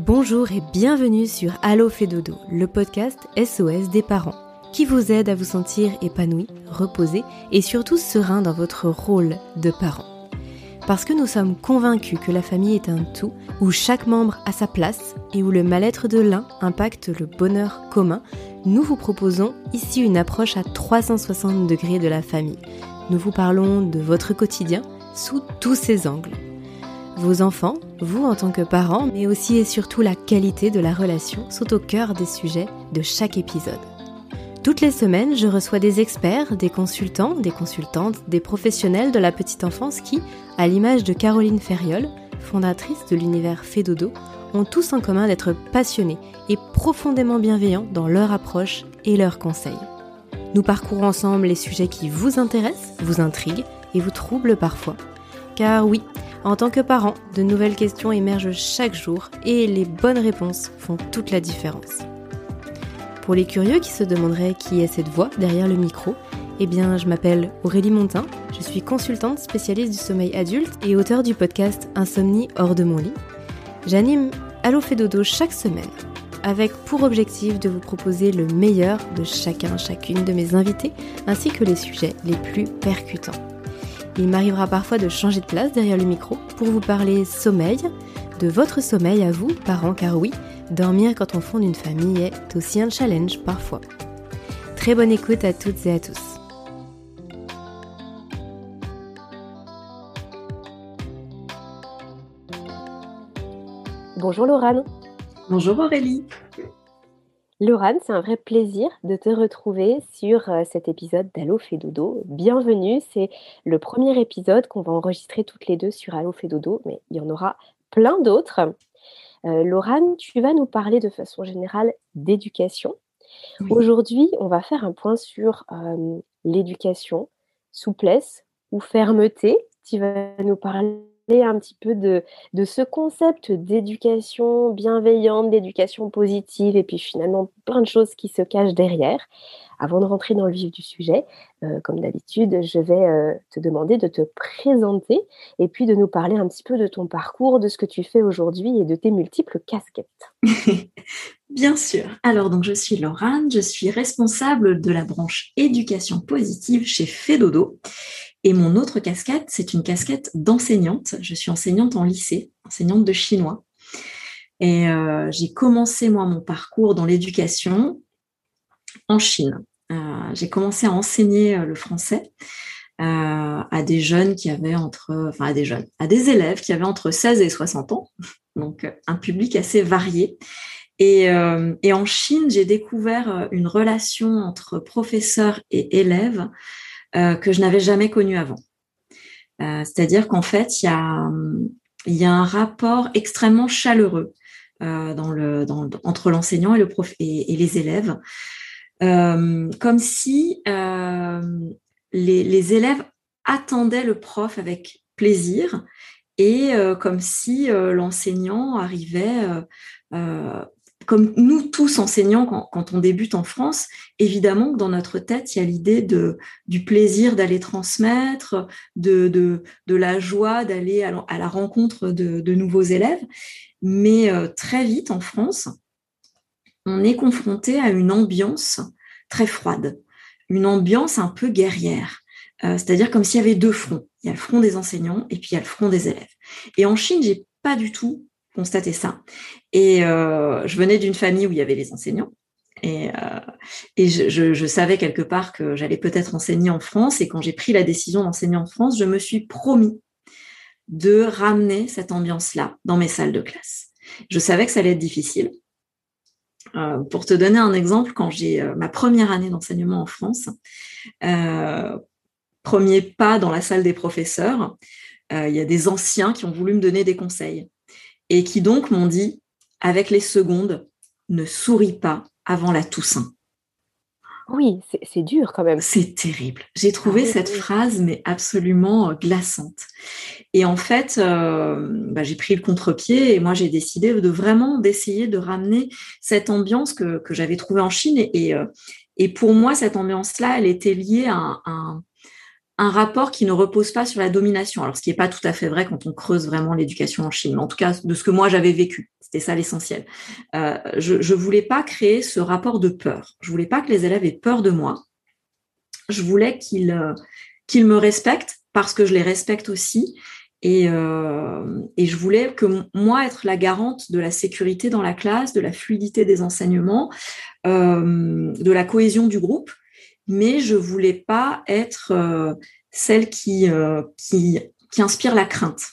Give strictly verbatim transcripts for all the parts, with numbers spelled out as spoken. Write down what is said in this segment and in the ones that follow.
Bonjour et bienvenue sur Allo fait dodo, le podcast S O S des parents, qui vous aide à vous sentir épanoui, reposé et surtout serein dans votre rôle de parent. Parce que nous sommes convaincus que la famille est un tout, où chaque membre a sa place et où le mal-être de l'un impacte le bonheur commun, nous vous proposons ici une approche à trois cent soixante degrés de la famille. Nous vous parlons de votre quotidien sous tous ses angles. Vos enfants, vous en tant que parents, mais aussi et surtout la qualité de la relation sont au cœur des sujets de chaque épisode. Toutes les semaines, je reçois des experts, des consultants, des consultantes, des professionnels de la petite enfance qui, à l'image de Caroline Ferriol, fondatrice de l'univers Fait Dodo, ont tous en commun d'être passionnés et profondément bienveillants dans leur approche et leurs conseils. Nous parcourons ensemble les sujets qui vous intéressent, vous intriguent et vous troublent parfois. Car oui, en tant que parent, de nouvelles questions émergent chaque jour et les bonnes réponses font toute la différence. Pour les curieux qui se demanderaient qui est cette voix derrière le micro, eh bien je m'appelle Aurélie Montin, je suis consultante spécialiste du sommeil adulte et auteure du podcast Insomnie hors de mon lit. J'anime Allo fait dodo chaque semaine, avec pour objectif de vous proposer le meilleur de chacun, chacune de mes invités, ainsi que les sujets les plus percutants. Il m'arrivera parfois de changer de place derrière le micro pour vous parler sommeil, de votre sommeil à vous, parents, car oui, dormir quand on fonde une famille est aussi un challenge parfois. Très bonne écoute à toutes et à tous. Bonjour Laurane. Bonjour Aurélie. Laurane, c'est un vrai plaisir de te retrouver sur cet épisode d'Allo fait dodo. Bienvenue, c'est le premier épisode qu'on va enregistrer toutes les deux sur Allo fait dodo, mais il y en aura plein d'autres. Euh, Laurane, tu vas nous parler de façon générale d'éducation. Oui. Aujourd'hui, on va faire un point sur euh, l'éducation, souplesse ou fermeté. Tu vas nous parler un petit peu de, de ce concept d'éducation bienveillante, d'éducation positive et puis finalement plein de choses qui se cachent derrière. Avant de rentrer dans le vif du sujet, euh, comme d'habitude, je vais euh, te demander de te présenter et puis de nous parler un petit peu de ton parcours, de ce que tu fais aujourd'hui et de tes multiples casquettes. Bien sûr. Alors, donc, je suis Laurane, je suis responsable de la branche éducation positive chez Fait Dodo. Et mon autre casquette, c'est une casquette d'enseignante. Je suis enseignante en lycée, enseignante de chinois. Et euh, j'ai commencé, moi, mon parcours dans l'éducation en Chine. Euh, j'ai commencé à enseigner le français euh, à des jeunes qui avaient entre, enfin à des jeunes, à des élèves qui avaient entre seize et soixante ans, donc un public assez varié. Et, euh, et en Chine, j'ai découvert une relation entre professeurs et élèves euh, que je n'avais jamais connue avant. Euh, c'est-à-dire qu'en fait, il y a, il y a un rapport extrêmement chaleureux euh, dans le, dans, entre l'enseignant et, le prof, et, et les élèves. Euh, comme si euh, les, les élèves attendaient le prof avec plaisir et euh, comme si euh, l'enseignant arrivait, euh, euh, comme nous tous enseignants quand, quand on débute en France, évidemment que dans notre tête, il y a l'idée de, du plaisir d'aller transmettre, de, de, de la joie d'aller à, à la rencontre de, de nouveaux élèves. Mais euh, très vite en France, on est confronté à une ambiance très froide, une ambiance un peu guerrière, euh, c'est-à-dire comme s'il y avait deux fronts. Il y a le front des enseignants et puis il y a le front des élèves. Et en Chine, j'ai pas du tout constaté ça. Et euh, je venais d'une famille où il y avait les enseignants. Et, euh, et je, je, je savais quelque part que j'allais peut-être enseigner en France. Et quand j'ai pris la décision d'enseigner en France, je me suis promis de ramener cette ambiance-là dans mes salles de classe. Je savais que ça allait être difficile. Euh, pour te donner un exemple, quand j'ai euh, ma première année d'enseignement en France, euh, premier pas dans la salle des professeurs, euh, il y a des anciens qui ont voulu me donner des conseils et qui donc m'ont dit, avec les secondes, ne souris pas avant la Toussaint. Oui, c'est, c'est dur quand même. C'est terrible. J'ai trouvé ah, oui, cette oui. phrase mais absolument glaçante. Et en fait, euh, bah, j'ai pris le contre-pied et moi j'ai décidé de vraiment d'essayer de ramener cette ambiance que, que j'avais trouvée en Chine. Et, et, et pour moi, cette ambiance-là, elle était liée à un, un, un rapport qui ne repose pas sur la domination. Alors, ce qui n'est pas tout à fait vrai quand on creuse vraiment l'éducation en Chine, mais en tout cas de ce que moi j'avais vécu. C'était ça l'essentiel. Euh, je ne voulais pas créer ce rapport de peur. Je ne voulais pas que les élèves aient peur de moi. Je voulais qu'ils, euh, qu'ils me respectent parce que je les respecte aussi. Et, euh, et je voulais que moi être la garante de la sécurité dans la classe, de la fluidité des enseignements, euh, de la cohésion du groupe. Mais je voulais pas être euh, celle qui, euh, qui, qui inspire la crainte.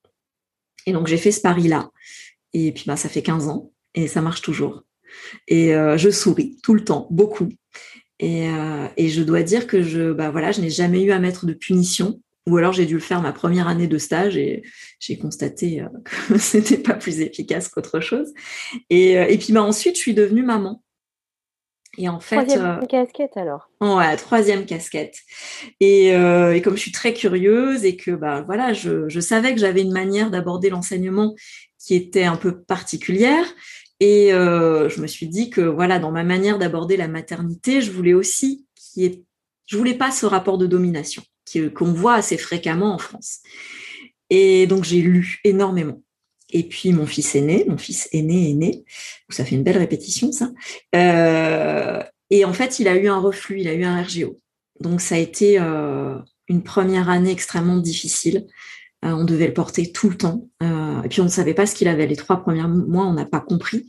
Et donc, j'ai fait ce pari-là. Et puis, bah, ça fait quinze ans et ça marche toujours. Et euh, je souris tout le temps, beaucoup. Et, euh, et je dois dire que je, bah, voilà, je n'ai jamais eu à mettre de punition. Ou alors, j'ai dû le faire ma première année de stage et j'ai constaté euh, que c'était pas plus efficace qu'autre chose. Et, euh, et puis, bah, ensuite, je suis devenue maman. Et en fait, Troisième euh, casquette alors. ouais, troisième casquette. Et, euh, et comme je suis très curieuse et que bah voilà, je, je savais que j'avais une manière d'aborder l'enseignement qui était un peu particulière. Et euh, je me suis dit que voilà, dans ma manière d'aborder la maternité, je voulais aussi qu'il y ait, je voulais pas ce rapport de domination qui, qu'on voit assez fréquemment en France. Et donc j'ai lu énormément. Et puis mon fils est né, mon fils aîné est né. Ça fait une belle répétition, ça. Euh, et en fait, il a eu un reflux, il a eu un R G O. Donc ça a été euh, une première année extrêmement difficile. Euh, on devait le porter tout le temps. Euh, et puis on ne savait pas ce qu'il avait. Les trois premiers mois, on n'a pas compris.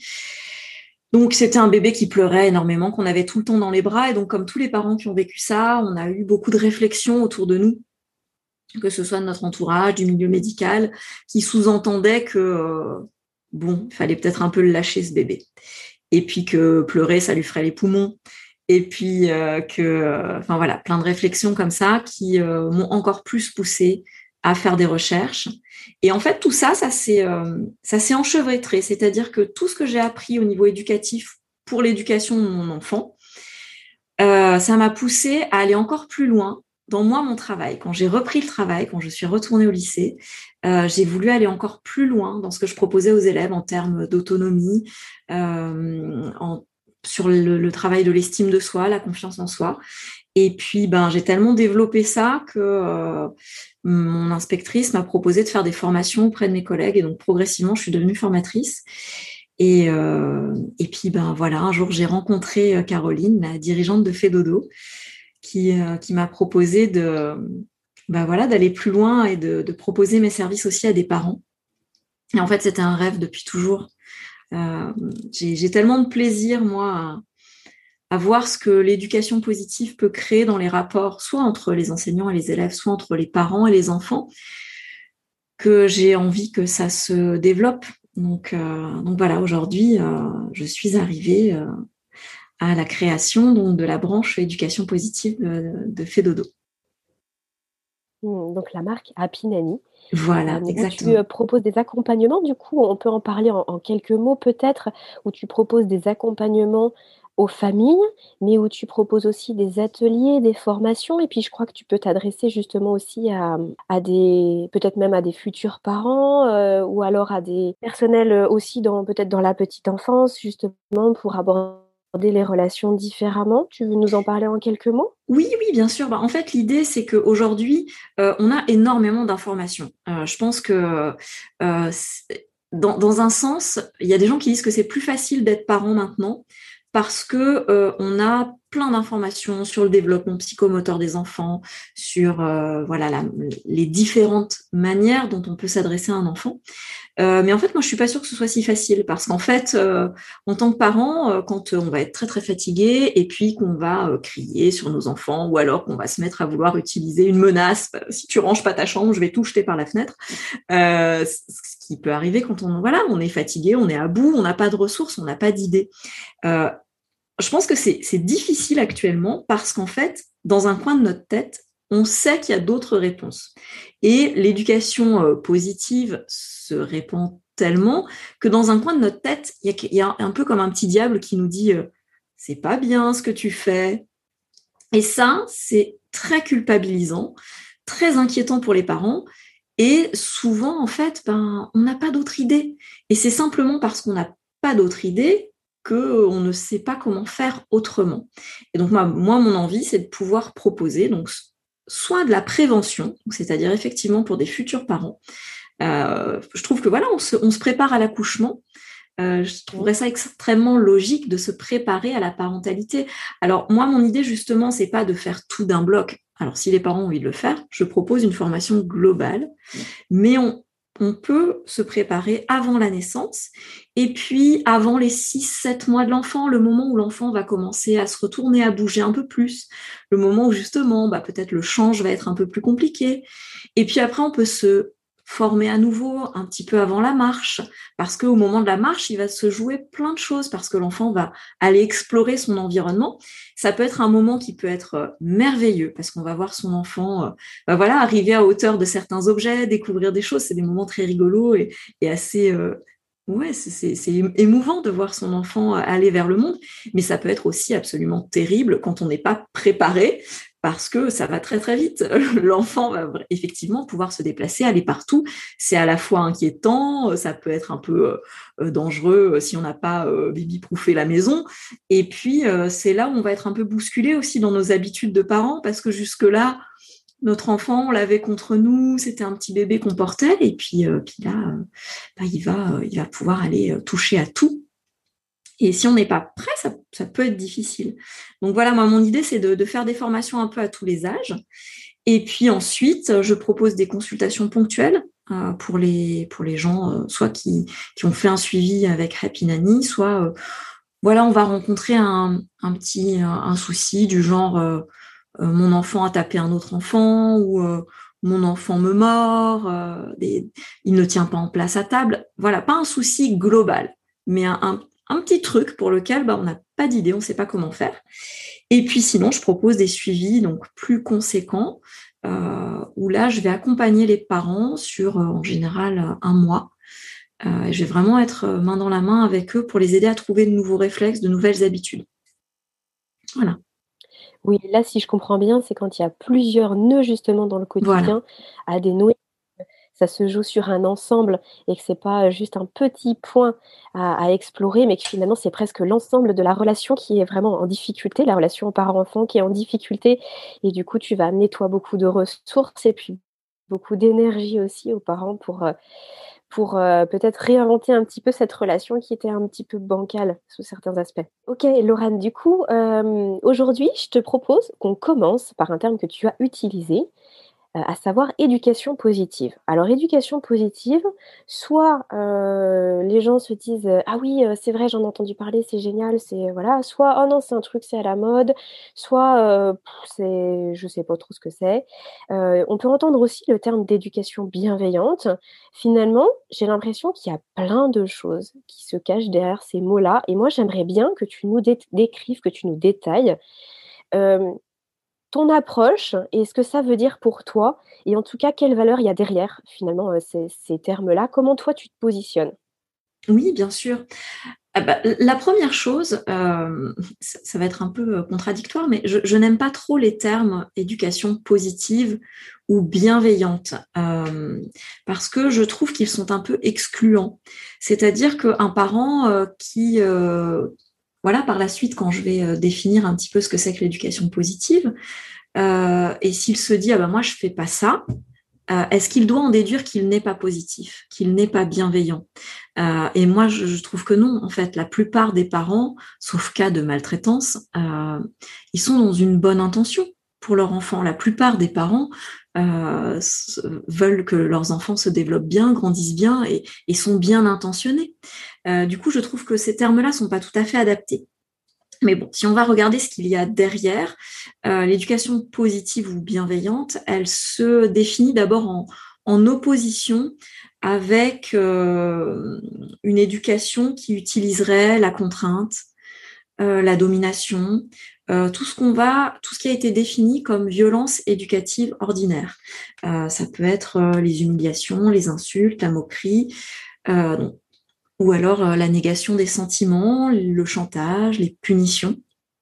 Donc c'était un bébé qui pleurait énormément, qu'on avait tout le temps dans les bras. Et donc comme tous les parents qui ont vécu ça, on a eu beaucoup de réflexions autour de nous, que ce soit de notre entourage, du milieu médical, qui sous-entendait que, euh, bon, il fallait peut-être un peu le lâcher, ce bébé. Et puis que pleurer, ça lui ferait les poumons. Et puis euh, que, euh, enfin voilà, plein de réflexions comme ça qui euh, m'ont encore plus poussée à faire des recherches. Et en fait, tout ça, ça s'est, euh, ça s'est enchevêtré. C'est-à-dire que tout ce que j'ai appris au niveau éducatif pour l'éducation de mon enfant, euh, ça m'a poussée à aller encore plus loin dans moi, mon travail. Quand j'ai repris le travail, quand je suis retournée au lycée, euh, j'ai voulu aller encore plus loin dans ce que je proposais aux élèves en termes d'autonomie, euh, en, sur le, le travail de l'estime de soi, la confiance en soi. Et puis, ben, j'ai tellement développé ça que euh, mon inspectrice m'a proposé de faire des formations auprès de mes collègues. Et donc, progressivement, je suis devenue formatrice. Et, euh, et puis, ben voilà, un jour, j'ai rencontré Caroline, la dirigeante de Fedodo, qui, euh, qui m'a proposé de, ben voilà, d'aller plus loin et de, de proposer mes services aussi à des parents. Et en fait, c'était un rêve depuis toujours. Euh, j'ai, j'ai tellement de plaisir, moi, à, à voir ce que l'éducation positive peut créer dans les rapports, soit entre les enseignants et les élèves, soit entre les parents et les enfants, que j'ai envie que ça se développe. Donc, euh, donc voilà, aujourd'hui, euh, je suis arrivée euh, à la création donc, de la branche éducation positive de, de Fedodo. Donc la marque Happy Nanny. Voilà, euh, exactement. Où tu euh, proposes des accompagnements, du coup, on peut en parler en, en quelques mots peut-être, où tu proposes des accompagnements aux familles, mais où tu proposes aussi des ateliers, des formations, et puis je crois que tu peux t'adresser justement aussi à, à des, peut-être même à des futurs parents, euh, ou alors à des personnels aussi dans, peut-être dans la petite enfance, justement, pour aborder les relations différemment. Tu veux nous en parler en quelques mots ? Oui, oui, bien sûr. Bah, en fait, l'idée, c'est qu'aujourd'hui, euh, on a énormément d'informations. Euh, je pense que euh, dans, dans un sens, il y a des gens qui disent que c'est plus facile d'être parent maintenant parce que euh, on a plein d'informations sur le développement psychomoteur des enfants, sur euh, voilà la, les différentes manières dont on peut s'adresser à un enfant. Euh, mais en fait, moi, je suis pas sûre que ce soit si facile parce qu'en fait, euh, en tant que parent, euh, quand on va être très très fatigué et puis qu'on va euh, crier sur nos enfants ou alors qu'on va se mettre à vouloir utiliser une menace, euh, si tu ranges pas ta chambre, je vais tout jeter par la fenêtre. Euh, ce qui peut arriver quand on voilà, on est fatigué, on est à bout, on n'a pas de ressources, on n'a pas d'idées. Euh, je pense que c'est, c'est difficile actuellement parce qu'en fait, dans un coin de notre tête, on sait qu'il y a d'autres réponses. Et l'éducation euh, positive se répand tellement que dans un coin de notre tête, il y, y a un peu comme un petit diable qui nous dit euh, c'est pas bien ce que tu fais. Et ça, c'est très culpabilisant, très inquiétant pour les parents. Et souvent, en fait, ben, on n'a pas d'autre idée. Et c'est simplement parce qu'on n'a pas d'autre idée qu'on ne sait pas comment faire autrement. Et donc, moi, moi mon envie, c'est de pouvoir proposer donc, soit de la prévention, c'est-à-dire effectivement pour des futurs parents. Euh, je trouve que voilà, on se, on se prépare à l'accouchement. Euh, je trouverais ça extrêmement logique de se préparer à la parentalité. Alors moi, mon idée justement, c'est pas de faire tout d'un bloc. Alors si les parents ont envie de le faire, je propose une formation globale, mais on, on peut se préparer avant la naissance et puis avant les six sept mois de l'enfant, le moment où l'enfant va commencer à se retourner, à bouger un peu plus, le moment où justement, bah, peut-être le change va être un peu plus compliqué. Et puis après, on peut se former à nouveau un petit peu avant la marche, parce qu'au moment de la marche, il va se jouer plein de choses, parce que l'enfant va aller explorer son environnement. Ça peut être un moment qui peut être merveilleux, parce qu'on va voir son enfant euh, bah voilà, arriver à hauteur de certains objets, découvrir des choses. C'est des moments très rigolos et, et assez... Euh, ouais, c'est, c'est, c'est émouvant de voir son enfant aller vers le monde, mais ça peut être aussi absolument terrible quand on n'est pas préparé, parce que ça va très très vite. L'enfant va effectivement pouvoir se déplacer, aller partout. C'est à la fois inquiétant, ça peut être un peu euh, dangereux si on n'a pas euh, baby-proofé la maison. Et puis, euh, c'est là où on va être un peu bousculé aussi dans nos habitudes de parents, parce que jusque-là, notre enfant, on l'avait contre nous, c'était un petit bébé qu'on portait, et puis, euh, puis là, euh, bah, il, va, euh, il va pouvoir aller euh, toucher à tout. Et si on n'est pas prêt, ça, ça peut être difficile. Donc voilà, moi, mon idée, c'est de, de faire des formations un peu à tous les âges. Et puis ensuite, je propose des consultations ponctuelles euh, pour, les, pour les gens, euh, soit qui, qui ont fait un suivi avec Happy Nanny, soit, euh, voilà, on va rencontrer un, un petit un, un souci du genre, euh, euh, mon enfant a tapé un autre enfant, ou euh, mon enfant me mord, euh, des, il ne tient pas en place à table. Voilà, pas un souci global, mais un, un un petit truc pour lequel bah, on n'a pas d'idée, on ne sait pas comment faire. Et puis sinon, je propose des suivis donc plus conséquents, euh, où là, je vais accompagner les parents sur, euh, en général, un mois. Euh, je vais vraiment être main dans la main avec eux pour les aider à trouver de nouveaux réflexes, de nouvelles habitudes. Voilà. Oui, là, si je comprends bien, c'est quand il y a plusieurs nœuds justement dans le Voilà. quotidien à dénouer. Ça se joue sur un ensemble et que c'est pas juste un petit point à, à explorer, mais que finalement c'est presque l'ensemble de la relation qui est vraiment en difficulté, la relation parent-enfant qui est en difficulté. Et du coup, tu vas amener toi beaucoup de ressources et puis beaucoup d'énergie aussi aux parents pour, euh, pour euh, peut-être réinventer un petit peu cette relation qui était un petit peu bancale sous certains aspects. Ok, Laurane, du coup, euh, aujourd'hui, je te propose qu'on commence par un terme que tu as utilisé, euh, à savoir éducation positive. Alors, éducation positive, soit euh, les gens se disent euh, ah oui, euh, c'est vrai, j'en ai entendu parler, c'est génial, c'est voilà, soit oh non, c'est un truc, c'est à la mode, soit euh, pff, c'est, je sais pas trop ce que c'est. Euh, on peut entendre aussi le terme d'éducation bienveillante. Finalement, j'ai l'impression qu'il y a plein de choses qui se cachent derrière ces mots-là, et moi, j'aimerais bien que tu nous dé- décrives, que tu nous détailles. Euh, Ton approche et ce que ça veut dire pour toi et en tout cas, quelle valeur il y a derrière finalement, heu, ces ces termes-là? Comment toi tu te positionnes? Oui, bien sûr. Ah bah, la première chose, euh, ça, ça va être un peu contradictoire, mais je, je n'aime pas trop les termes éducation positive ou bienveillante, euh, parce que je trouve qu'ils sont un peu excluants. C'est-à-dire qu'un parent euh, qui, euh, voilà, par la suite, quand je vais euh, définir un petit peu ce que c'est que l'éducation positive, euh, et s'il se dit, ah ben moi je fais pas ça, euh, est-ce qu'il doit en déduire qu'il n'est pas positif, qu'il n'est pas bienveillant? Euh, et moi, je, je trouve que non. En fait, la plupart des parents, sauf cas de maltraitance, euh, ils sont dans une bonne intention pour leur enfant. La plupart des parents euh, veulent que leurs enfants se développent bien, grandissent bien et, et sont bien intentionnés. Euh, du coup, je trouve que ces termes-là sont pas tout à fait adaptés. Mais bon, si on va regarder ce qu'il y a derrière, euh, l'éducation positive ou bienveillante, elle se définit d'abord en, en opposition avec euh, une éducation qui utiliserait la contrainte, euh, la domination, euh, tout ce qu'on va, tout ce qui a été défini comme violence éducative ordinaire. Euh, ça peut être euh, les humiliations, les insultes, la moquerie. Euh, ou alors euh, la négation des sentiments, le chantage, les punitions.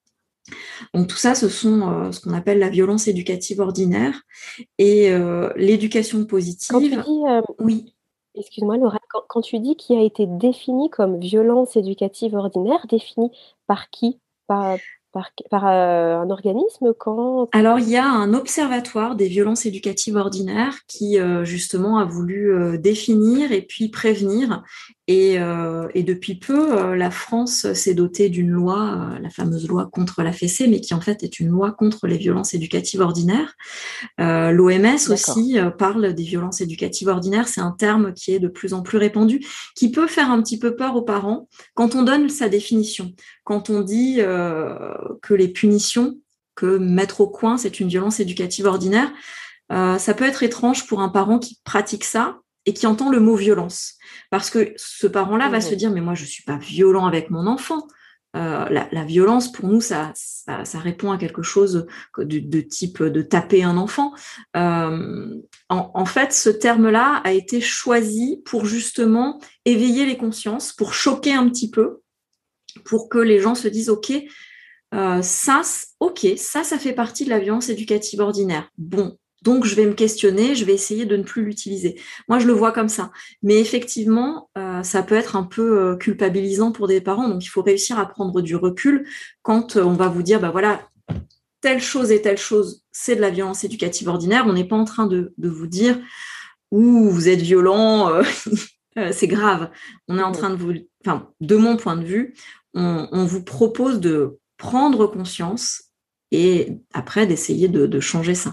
Donc tout ça, ce sont euh, ce qu'on appelle la violence éducative ordinaire et euh, l'éducation Quand tu positive. dis, hem, Oui. excuse-moi Laura, quand quand tu dis qui a été défini comme violence éducative ordinaire, défini par qui? Par par par, heu, un organisme? Quand? Alors il y a un observatoire des violences éducatives ordinaires qui euh, justement a voulu euh, définir et puis prévenir Et, euh, et depuis peu, euh, la France s'est dotée d'une loi, euh, la fameuse loi contre la fessée, mais qui en fait est une loi contre les violences éducatives ordinaires. Euh, L'O M S D'accord. aussi euh, parle des violences éducatives ordinaires. C'est un terme qui est de plus en plus répandu, qui peut faire un petit peu peur aux parents quand on donne sa définition, quand on dit euh, que les punitions, que mettre au coin, c'est une violence éducative ordinaire. Euh, ça peut être étrange pour un parent qui pratique ça et qui entend le mot violence. Parce que ce parent-là va se Mmh. dire, mais moi, je ne suis pas violent avec mon enfant. Euh, la, la violence, pour nous, ça, ça, ça répond à quelque chose de, de type de taper un enfant. Euh, en, en fait, ce terme-là a été choisi pour justement éveiller les consciences, pour choquer un petit peu, pour que les gens se disent, OK, euh, ça, ok, ça, ça fait partie de la violence éducative ordinaire. Bon, donc je vais me questionner, je vais essayer de ne plus l'utiliser. Moi, je le vois comme ça. Mais effectivement, euh, ça peut être un peu euh, culpabilisant pour des parents. Donc, il faut réussir à prendre du recul quand euh, on va vous dire, bah voilà, telle chose et telle chose, c'est de la violence éducative ordinaire. On n'est pas en train de, de vous dire, ouh, vous êtes violent, euh, euh, c'est grave. On est en Mmh. train de vous, enfin, de mon point de vue, on, on vous propose de prendre conscience et après d'essayer de, de changer ça.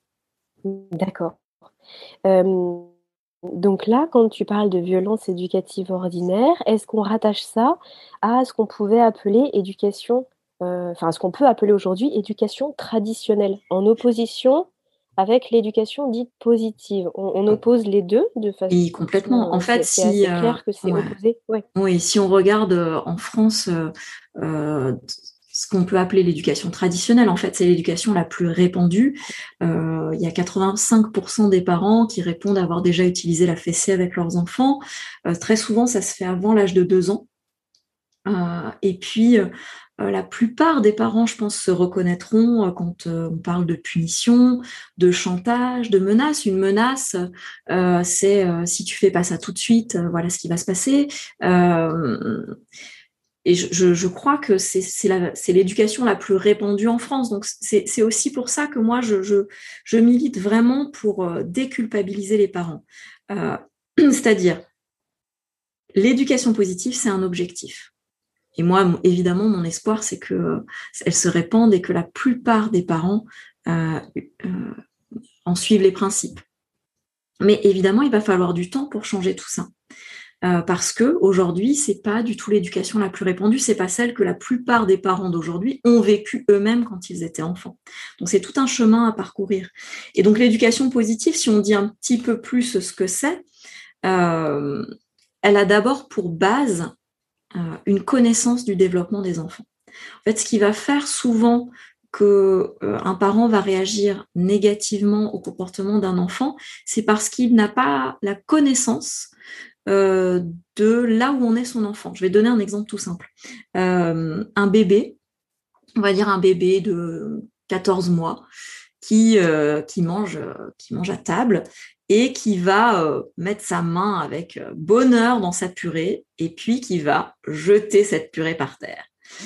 D'accord. Hem, donc là, quand tu parles de violence éducative ordinaire, est-ce qu'on rattache ça à ce qu'on pouvait appeler éducation, heu, enfin ce qu'on peut appeler aujourd'hui éducation traditionnelle, en opposition avec l'éducation dite positive? On on oppose les deux de Oui, façon, complètement. En heu, fait, c'est c'est si, assez euh, clair que c'est ouais, opposé? Ouais. oui, si on regarde euh, en France euh, euh, ce qu'on peut appeler l'éducation traditionnelle, en fait, c'est l'éducation la plus répandue. Euh, il y a quatre-vingt-cinq pour cent des parents qui répondent avoir déjà utilisé la fessée avec leurs enfants. Euh, très souvent, ça se fait avant l'âge de deux ans. Euh, et puis, euh, la plupart des parents, je pense, se reconnaîtront euh, quand euh, on parle de punition, de chantage, de menace. Une menace, euh, c'est euh, si tu fais pas ça tout de suite, euh, voilà ce qui va se passer. Euh, et je, je, je crois que c'est, c'est, la, c'est l'éducation la plus répandue en France. Donc, c'est, c'est aussi pour ça que moi, je, je, je milite vraiment pour euh, déculpabiliser les parents. Euh, c'est-à-dire, l'éducation positive, c'est un objectif. Et moi, évidemment, mon espoir, c'est que elle se répande et que la plupart des parents euh, euh, en suivent les principes. Mais évidemment, il va falloir du temps pour changer tout ça. Euh, parce que aujourd'hui, c'est pas du tout l'éducation la plus répandue, c'est pas celle que la plupart des parents d'aujourd'hui ont vécu eux-mêmes quand ils étaient enfants. Donc c'est tout un chemin à parcourir. Et donc l'éducation positive, si on dit un petit peu plus ce que c'est, euh, elle a d'abord pour base euh, une connaissance du développement des enfants. En fait, ce qui va faire souvent que euh, un parent va réagir négativement au comportement d'un enfant, c'est parce qu'il n'a pas la connaissance euh, de là où en est son enfant. Je vais donner un exemple tout simple. Euh, un bébé, on va dire un bébé de quatorze mois, qui, euh, qui, mange, euh, qui mange à table et qui va euh, mettre sa main avec euh, bonheur dans sa purée et puis qui va jeter cette purée par terre.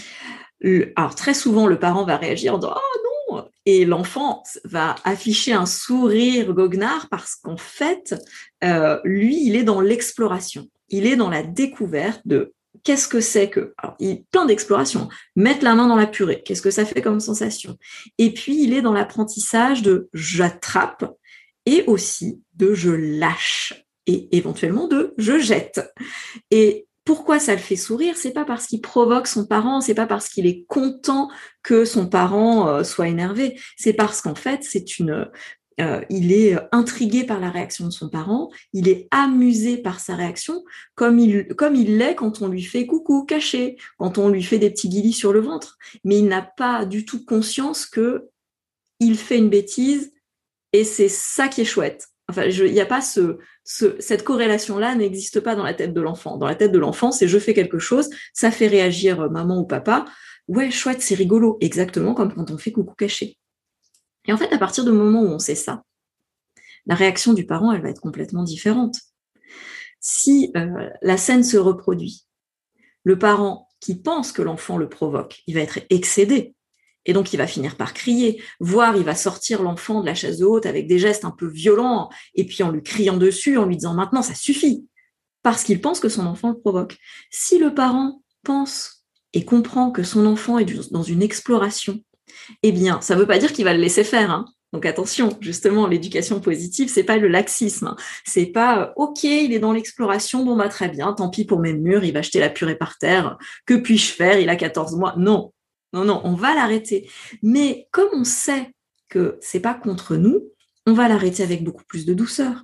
Le, alors très souvent, le parent va réagir en disant « Oh non !» et l'enfant va afficher un sourire goguenard parce qu'en fait, euh, lui, il est dans l'exploration. Il est dans la découverte de qu'est-ce que c'est que... Alors, il est plein d'exploration. Mettre la main dans la purée, qu'est-ce que ça fait comme sensation? Et puis, il est dans l'apprentissage de « j'attrape » et aussi de « je lâche » et éventuellement de « je jette ». Et pourquoi ça le fait sourire? C'est pas parce qu'il provoque son parent, c'est pas parce qu'il est content que son parent euh, soit énervé. C'est parce qu'en fait, c'est une, euh, il est intrigué par la réaction de son parent, il est amusé par sa réaction, comme il, comme il l'est quand on lui fait coucou caché, quand on lui fait des petits guilis sur le ventre. Mais il n'a pas du tout conscience que il fait une bêtise et c'est ça qui est chouette. Enfin, il n'y a pas ce, ce, cette corrélation-là n'existe pas dans la tête de l'enfant. Dans la tête de l'enfant, c'est je fais quelque chose, ça fait réagir maman ou papa. Ouais, chouette, c'est rigolo. Exactement comme quand on fait coucou caché. Et en fait, à partir du moment où on sait ça, la réaction du parent, elle va être complètement différente. Si euh, la scène se reproduit, le parent qui pense que l'enfant le provoque, il va être excédé. Et donc, il va finir par crier, voire il va sortir l'enfant de la chaise haute avec des gestes un peu violents, et puis en lui criant dessus, en lui disant « maintenant, ça suffit ». parce qu'il pense que son enfant le provoque. Si le parent pense et comprend que son enfant est dans une exploration, eh bien, ça ne veut pas dire qu'il va le laisser faire, hein. Donc attention, justement, l'éducation positive, c'est pas le laxisme, hein. C'est pas euh, ok, il est dans l'exploration, bon bah très bien, tant pis pour mes murs, il va jeter la purée par terre, que puis-je faire, il a quatorze mois. Non, non, non, on va l'arrêter. Mais comme on sait que c'est pas contre nous, on va l'arrêter avec beaucoup plus de douceur.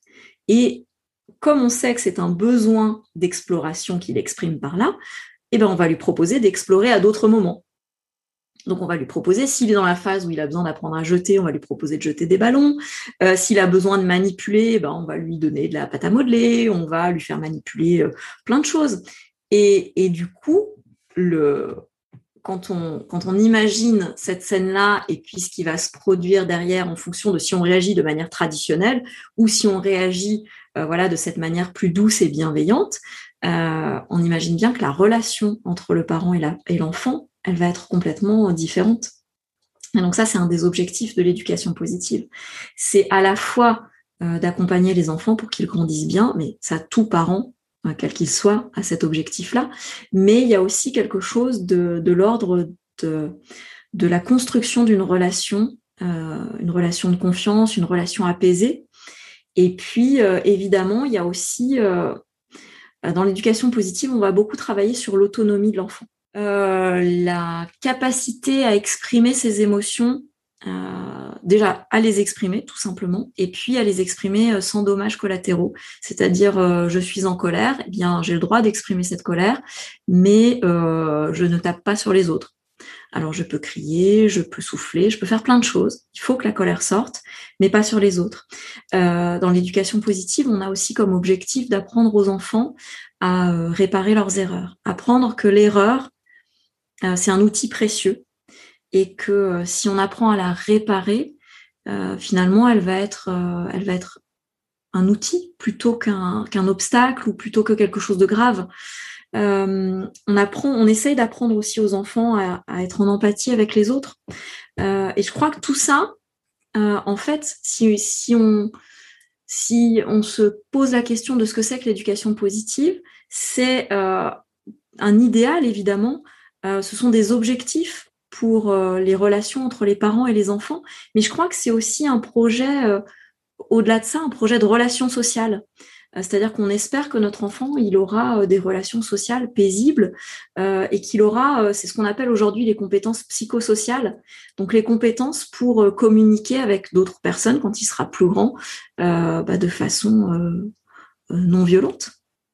Et comme on sait que c'est un besoin d'exploration qu'il exprime par là, eh ben on va lui proposer d'explorer à d'autres moments. Donc, on va lui proposer, s'il est dans la phase où il a besoin d'apprendre à jeter, on va lui proposer de jeter des ballons. Euh, s'il a besoin de manipuler, ben, on va lui donner de la pâte à modeler, on va lui faire manipuler euh, plein de choses. Et, et du coup, le, quand, on, quand on imagine cette scène-là et puis ce qui va se produire derrière en fonction de si on réagit de manière traditionnelle ou si on réagit euh, voilà, de cette manière plus douce et bienveillante, euh, on imagine bien que la relation entre le parent et, la, et l'enfant, elle va être complètement différente. Et donc ça, c'est un des objectifs de l'éducation positive. C'est à la fois euh, d'accompagner les enfants pour qu'ils grandissent bien, mais ça, tout parent, euh, quel qu'il soit, a cet objectif-là. Mais il y a aussi quelque chose de, de l'ordre de, de la construction d'une relation, euh, une relation de confiance, une relation apaisée. Et puis, euh, évidemment, il y a aussi, euh, dans l'éducation positive, on va beaucoup travailler sur l'autonomie de l'enfant. Euh, la capacité à exprimer ses émotions, euh, déjà à les exprimer tout simplement, et puis à les exprimer euh, sans dommages collatéraux. C'est-à-dire, euh, je suis en colère, eh bien j'ai le droit d'exprimer cette colère, mais euh, je ne tape pas sur les autres. Alors je peux crier, je peux souffler, je peux faire plein de choses. Il faut que la colère sorte, mais pas sur les autres. Euh, dans l'éducation positive, on a aussi comme objectif d'apprendre aux enfants à euh, réparer leurs erreurs, apprendre que l'erreur Euh, c'est un outil précieux et que euh, si on apprend à la réparer, euh, finalement, elle va être, euh, elle va être un outil plutôt qu'un, qu'un obstacle ou plutôt que quelque chose de grave. Euh, on apprend, on essaye d'apprendre aussi aux enfants à, à être en empathie avec les autres. Euh, et je crois que tout ça, euh, en fait, si, si on, si on se pose la question de ce que c'est que l'éducation positive, c'est euh, un idéal, évidemment. Euh, ce sont des objectifs pour euh, les relations entre les parents et les enfants, mais je crois que c'est aussi un projet, euh, au-delà de ça, un projet de relation sociale. Euh, c'est-à-dire qu'on espère que notre enfant, il aura euh, des relations sociales paisibles euh, et qu'il aura, euh, c'est ce qu'on appelle aujourd'hui les compétences psychosociales, donc les compétences pour euh, communiquer avec d'autres personnes quand il sera plus grand, euh, bah, de façon euh, euh, non violente.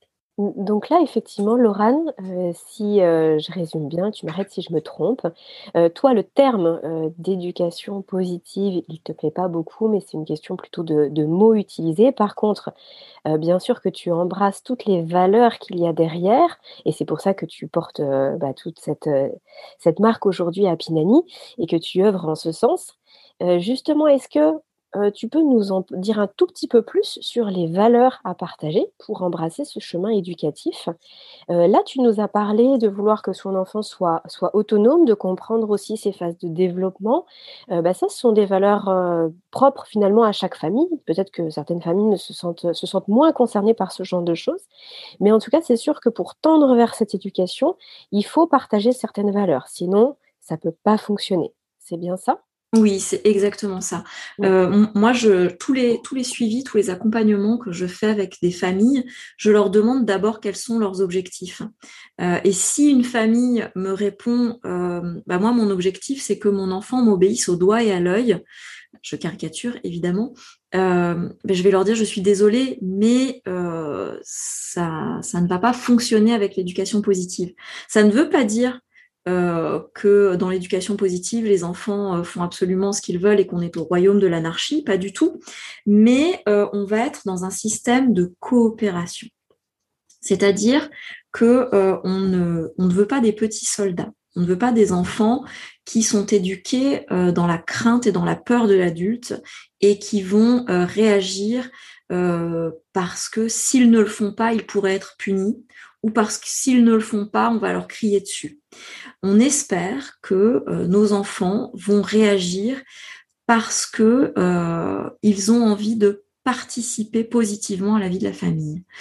Donc là, effectivement, Laurane, euh, si euh, je résume bien, tu m'arrêtes si je me trompe. Euh, toi, le terme euh, d'éducation positive, il te plaît pas beaucoup, mais c'est une question plutôt de, de mots utilisés. Par contre, euh, bien sûr que tu embrasses toutes les valeurs qu'il y a derrière, et c'est pour ça que tu portes euh, bah, toute cette, euh, cette marque aujourd'hui à Pinani et que tu œuvres en ce sens. Euh, justement, est-ce que Heu, tu peux nous en dire un tout petit peu plus sur les valeurs à partager pour embrasser ce chemin éducatif? Heu, là, tu nous as parlé de vouloir que son enfant soit soit autonome, de comprendre aussi ses phases de développement. Heu, bah, ça, ce sont des valeurs, heu, propres finalement à chaque famille. Peut-être que certaines familles ne se sentent se sentent moins concernées par ce genre de choses. Mais en tout cas, c'est sûr que pour tendre vers cette éducation, il faut partager certaines valeurs. Sinon, ça peut pas fonctionner. C'est bien ça? Oui, c'est exactement ça. Mmh. Euh, moi, je, tous les, tous les suivis, tous les accompagnements que je fais avec des familles, je leur demande d'abord quels sont leurs objectifs. Euh, et si une famille me répond, euh, bah moi, mon objectif, c'est que mon enfant m'obéisse au doigt et à l'œil, je caricature évidemment, euh, ben je vais leur dire, je suis désolée, mais euh, ça, ça ne va pas fonctionner avec l'éducation positive. Ça ne veut pas dire Euh, que dans l'éducation positive, les enfants euh, font absolument ce qu'ils veulent et qu'on est au royaume de l'anarchie, pas du tout. Mais euh, on va être dans un système de coopération. C'est-à-dire que euh, on ne, on ne veut pas des petits soldats. On ne veut pas des enfants qui sont éduqués euh, dans la crainte et dans la peur de l'adulte et qui vont euh, réagir euh, parce que s'ils ne le font pas, ils pourraient être punis ou parce que s'ils ne le font pas, on va leur crier dessus. On espère que euh, nos enfants vont réagir parce que euh, ils ont envie de participer positivement à la vie de la famille,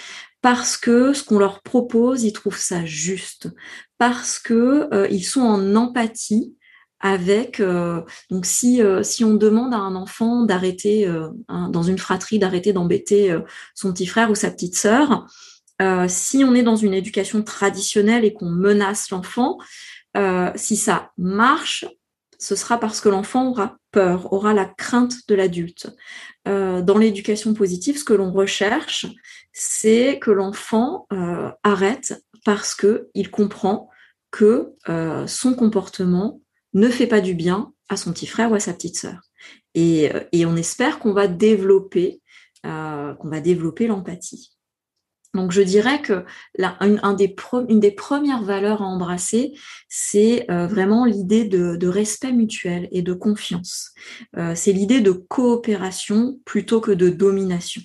parce que ce qu'on leur propose, ils trouvent ça juste, parce que euh, ils sont en empathie avec. Euh, donc, si euh, si on demande à un enfant d'arrêter euh, un, dans une fratrie d'arrêter d'embêter euh, son petit frère ou sa petite sœur, euh, si on est dans une éducation traditionnelle et qu'on menace l'enfant, euh, si ça marche, ce sera parce que l'enfant aura peur, aura la crainte de l'adulte. Euh, dans l'éducation positive, ce que l'on recherche, c'est que l'enfant euh, arrête parce qu'il comprend que euh, son comportement ne fait pas du bien à son petit frère ou à sa petite sœur. Et, et on espère qu'on va développer, euh, qu'on va développer l'empathie. Donc, je dirais que la, une, un des pro, une des premières valeurs à embrasser, c'est euh, vraiment l'idée de, de respect mutuel et de confiance. Euh, c'est l'idée de coopération plutôt que de domination.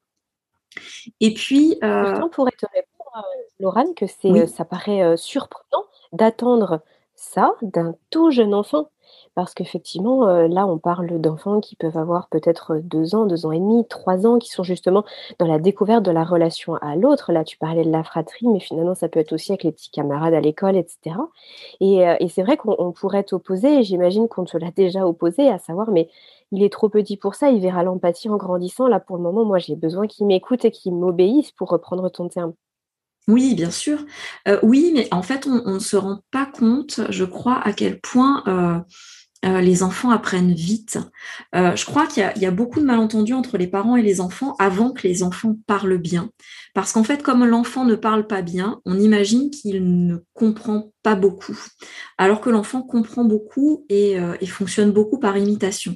Et puis... Euh, Pourtant, on pourrait te répondre, euh, Laurane, que c'est, oui. ça paraît euh, surprenant d'attendre ça d'un tout jeune enfant. Parce qu'effectivement, euh, là, on parle d'enfants qui peuvent avoir peut-être deux ans, deux ans et demi, trois ans, qui sont justement dans la découverte de la relation à l'autre. Là, tu parlais de la fratrie, mais finalement, ça peut être aussi avec les petits camarades à l'école, et cetera. Et, euh, et c'est vrai qu'on on pourrait t'opposer, et j'imagine qu'on te l'a déjà opposé, à savoir, mais il est trop petit pour ça, il verra l'empathie en grandissant. Là, pour le moment, moi, j'ai besoin qu'il m'écoute et qu'il m'obéisse, pour reprendre ton terme. Oui, bien sûr. Euh, oui, mais en fait, on ne se rend pas compte, je crois, à quel point euh, euh, les enfants apprennent vite. Euh, je crois qu'il y a, il y a beaucoup de malentendus entre les parents et les enfants avant que les enfants parlent bien. Parce qu'en fait, comme l'enfant ne parle pas bien, on imagine qu'il ne comprend pas beaucoup. Alors que l'enfant comprend beaucoup et, euh, et fonctionne beaucoup par imitation.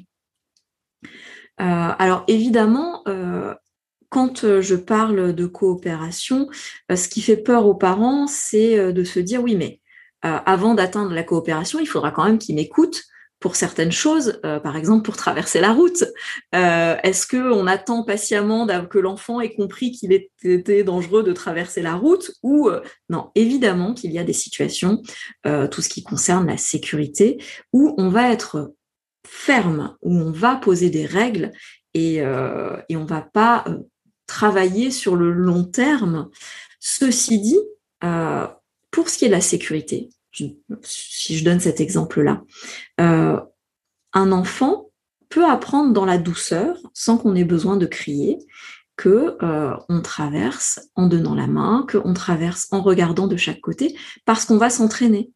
Euh, alors évidemment, euh, quand je parle de coopération, ce qui fait peur aux parents, c'est de se dire oui, mais euh, avant d'atteindre la coopération, il faudra quand même qu'ils m'écoutent pour certaines choses, euh, par exemple pour traverser la route. Euh, est-ce qu'on attend patiemment que l'enfant ait compris qu'il était dangereux de traverser la route ou euh, non, évidemment qu'il y a des situations, euh, tout ce qui concerne la sécurité, où on va être ferme, où on va poser des règles et, euh, et on ne va pas euh, travailler sur le long terme. Ceci dit, euh, pour ce qui est de la sécurité, je, si je donne cet exemple-là, euh, un enfant peut apprendre dans la douceur, sans qu'on ait besoin de crier, que euh, on traverse en donnant la main, qu'on traverse en regardant de chaque côté, parce qu'on va s'entraîner.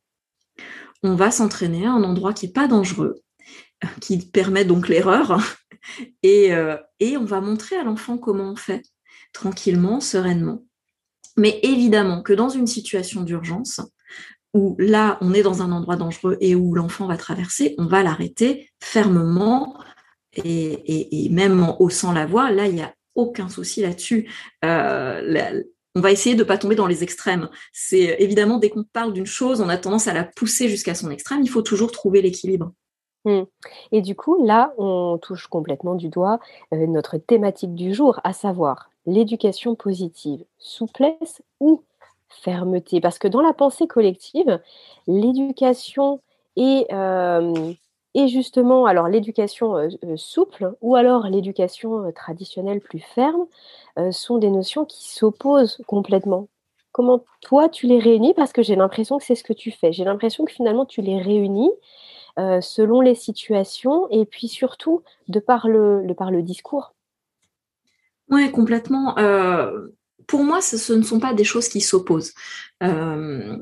On va s'entraîner à un endroit qui n'est pas dangereux, qui permet donc l'erreur, et, euh, et on va montrer à l'enfant comment on fait, tranquillement, sereinement. Mais évidemment que dans une situation d'urgence, où là, on est dans un endroit dangereux et où l'enfant va traverser, on va l'arrêter fermement et, et, et même en haussant la voix. Là, il n'y a aucun souci là-dessus. Euh, la, on va essayer de ne pas tomber dans les extrêmes. C'est évidemment, dès qu'on parle d'une chose, on a tendance à la pousser jusqu'à son extrême. Il faut toujours trouver l'équilibre. Mmh. Et du coup, là, on touche complètement du doigt euh, notre thématique du jour, à savoir l'éducation positive, souplesse ou fermeté. Parce que dans la pensée collective, l'éducation est, euh, est justement, alors l'éducation euh, euh, souple ou alors l'éducation euh, traditionnelle plus ferme euh, sont des notions qui s'opposent complètement. Comment toi, tu les réunis? Parce que j'ai l'impression que c'est ce que tu fais. J'ai l'impression que finalement, tu les réunis euh, selon les situations et puis surtout de par le, de par le discours. Oui, complètement. Euh, pour moi, ce, ce ne sont pas des choses qui s'opposent. Euh,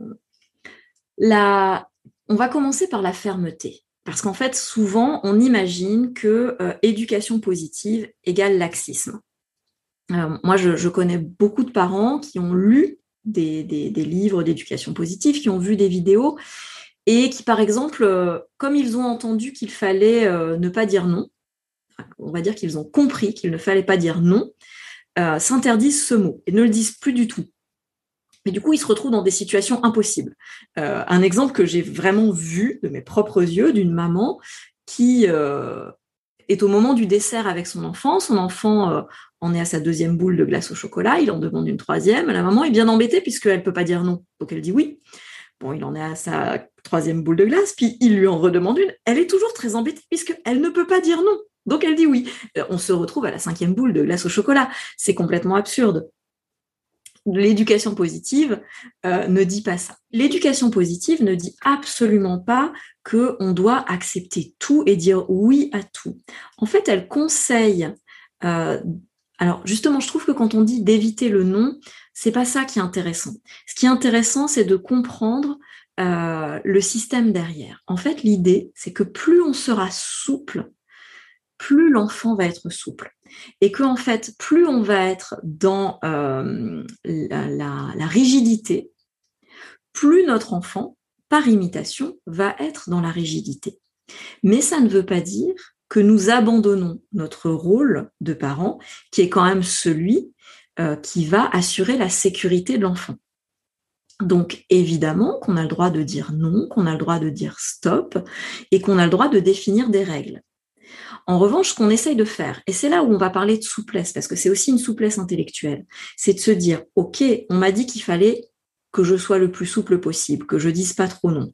la... On va commencer par la fermeté. Parce qu'en fait, souvent, on imagine que euh, éducation positive égale laxisme. Euh, moi, je, je connais beaucoup de parents qui ont lu des, des, des livres d'éducation positive, qui ont vu des vidéos et qui, par exemple, euh, comme ils ont entendu qu'il fallait euh, ne pas dire non, on va dire qu'ils ont compris qu'il ne fallait pas dire non, euh, s'interdisent ce mot et ne le disent plus du tout. Et du coup, ils se retrouvent dans des situations impossibles. Euh, un exemple que j'ai vraiment vu de mes propres yeux d'une maman qui euh, est au moment du dessert avec son enfant. Son enfant euh, en est à sa deuxième boule de glace au chocolat. Il en demande une troisième. La maman est bien embêtée puisqu'elle ne peut pas dire non. Donc elle dit oui. Bon, il en est à sa troisième boule de glace, puis il lui en redemande une. Elle est toujours très embêtée puisqu'elle ne peut pas dire non. Donc elle dit oui. On se retrouve à la cinquième boule de glace au chocolat. C'est complètement absurde. l'éducation positive euh, ne dit pas ça. L'éducation positive ne dit absolument pas qu'on doit accepter tout et dire oui à tout. En fait, elle conseille... Euh, alors justement, je trouve que quand on dit d'éviter le non, c'est pas ça qui est intéressant. Ce qui est intéressant, c'est de comprendre euh, le système derrière. En fait, l'idée, c'est que plus on sera souple, plus l'enfant va être souple. Et que en fait, plus on va être dans euh, la, la, la rigidité, plus notre enfant, par imitation, va être dans la rigidité. Mais ça ne veut pas dire que nous abandonnons notre rôle de parent, qui est quand même celui euh, qui va assurer la sécurité de l'enfant. Donc, évidemment qu'on a le droit de dire non, qu'on a le droit de dire stop, et qu'on a le droit de définir des règles. En revanche, ce qu'on essaye de faire, et c'est là où on va parler de souplesse, parce que c'est aussi une souplesse intellectuelle, c'est de se dire, ok, on m'a dit qu'il fallait que je sois le plus souple possible, que je dise pas trop non.